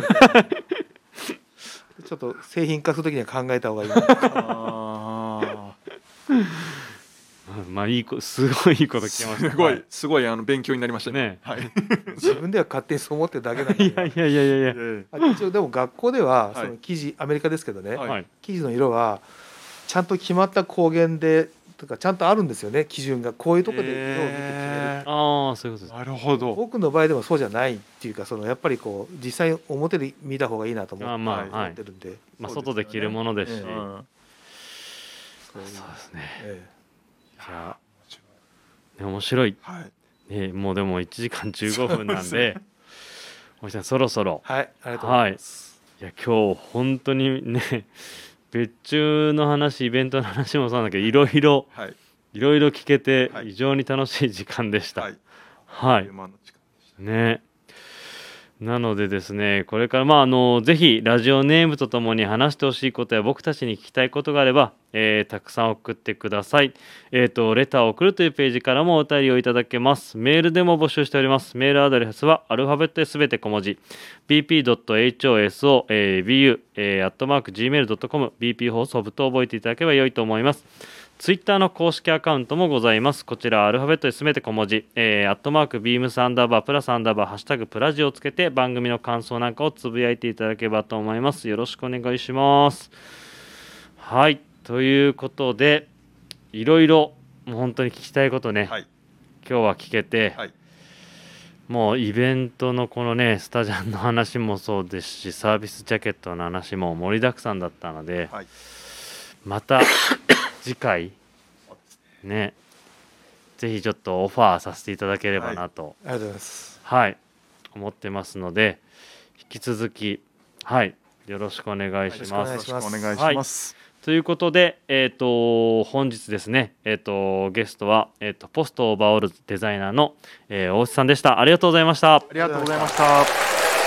ちょっと製品化するときには考えた方がいいなあうんまあいいこすごいいいこと聞きました。 すごい、 はい、 すごいあの勉強になりましたねはい、 自分では勝手にそう思ってるだけなんでいやいやいやいやいや、 あ一応でも学校でははいその生地、アメリカですけどね、 はいはい、 生地の色はちゃんと決まった光源でとかちゃんとあるんですよね、基準がこういうところで色を見て決める、 えーああそういうことです。 なるほど。 僕の場合でもそうじゃないっていうか、そのやっぱりこう実際表で見た方がいいなと思って,、 あまあ思はいってるんで、 まあそうですよね外で着るものですし、 ええうんそういうそうですね。 えいやね面白い。 はい、 ねもうでもいちじかんじゅうごふんなんそうで、おじさんそろそろ。 えはい、ありがとうございます。 いや今日本当にね別注の話イベントの話もそうなんだけどいろいろはい、 いろいろ聞けてはい非常に楽しい時間でした。 ははい、 い、馬の時間でした。 ね。なのでですねこれからまああのぜひラジオネームとともに話してほしいことや僕たちに聞きたいことがあれば、えーたくさん送ってください。えっ、とレターを送るというページからもお便りをいただけます。メールでも募集しております。メールアドレスはアルファベットですべて小文字 ビーピードットエイチオーエスオービーユー アットマーク ジーメールドットコム ビーピー 放送部と覚えていただければ良いと思います。ツイッターの公式アカウントもございます。こちらアルファベットですべて小文字、えー、アットマークビームスアンダーバープラスアンダーバーハッシュタグプラジをつけて番組の感想なんかをつぶやいていただければと思います。よろしくお願いします。はい、ということでいろいろもう本当に聞きたいことね、 はい、 今日は聞けて、 はい、 もうイベントのこのねスタジャンの話もそうですしサービスジャケットの話も盛りだくさんだったので、 はい、 また次回ねぜひちょっとオファーさせていただければなと、 ありがとうございます。 はい、思ってますので引き続きはいよろしくお願いします。 はいよろしくお願いします。 ということで、えー、と本日ですね、えー、とゲストは、えー、とポストオーバーオールデザイナーの、えー大内さんでした。ありがとうございました。 ありがとうございました。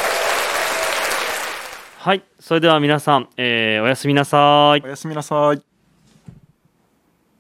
はい、それでは皆さん、えーおやすみなさい。 おやすみなさい。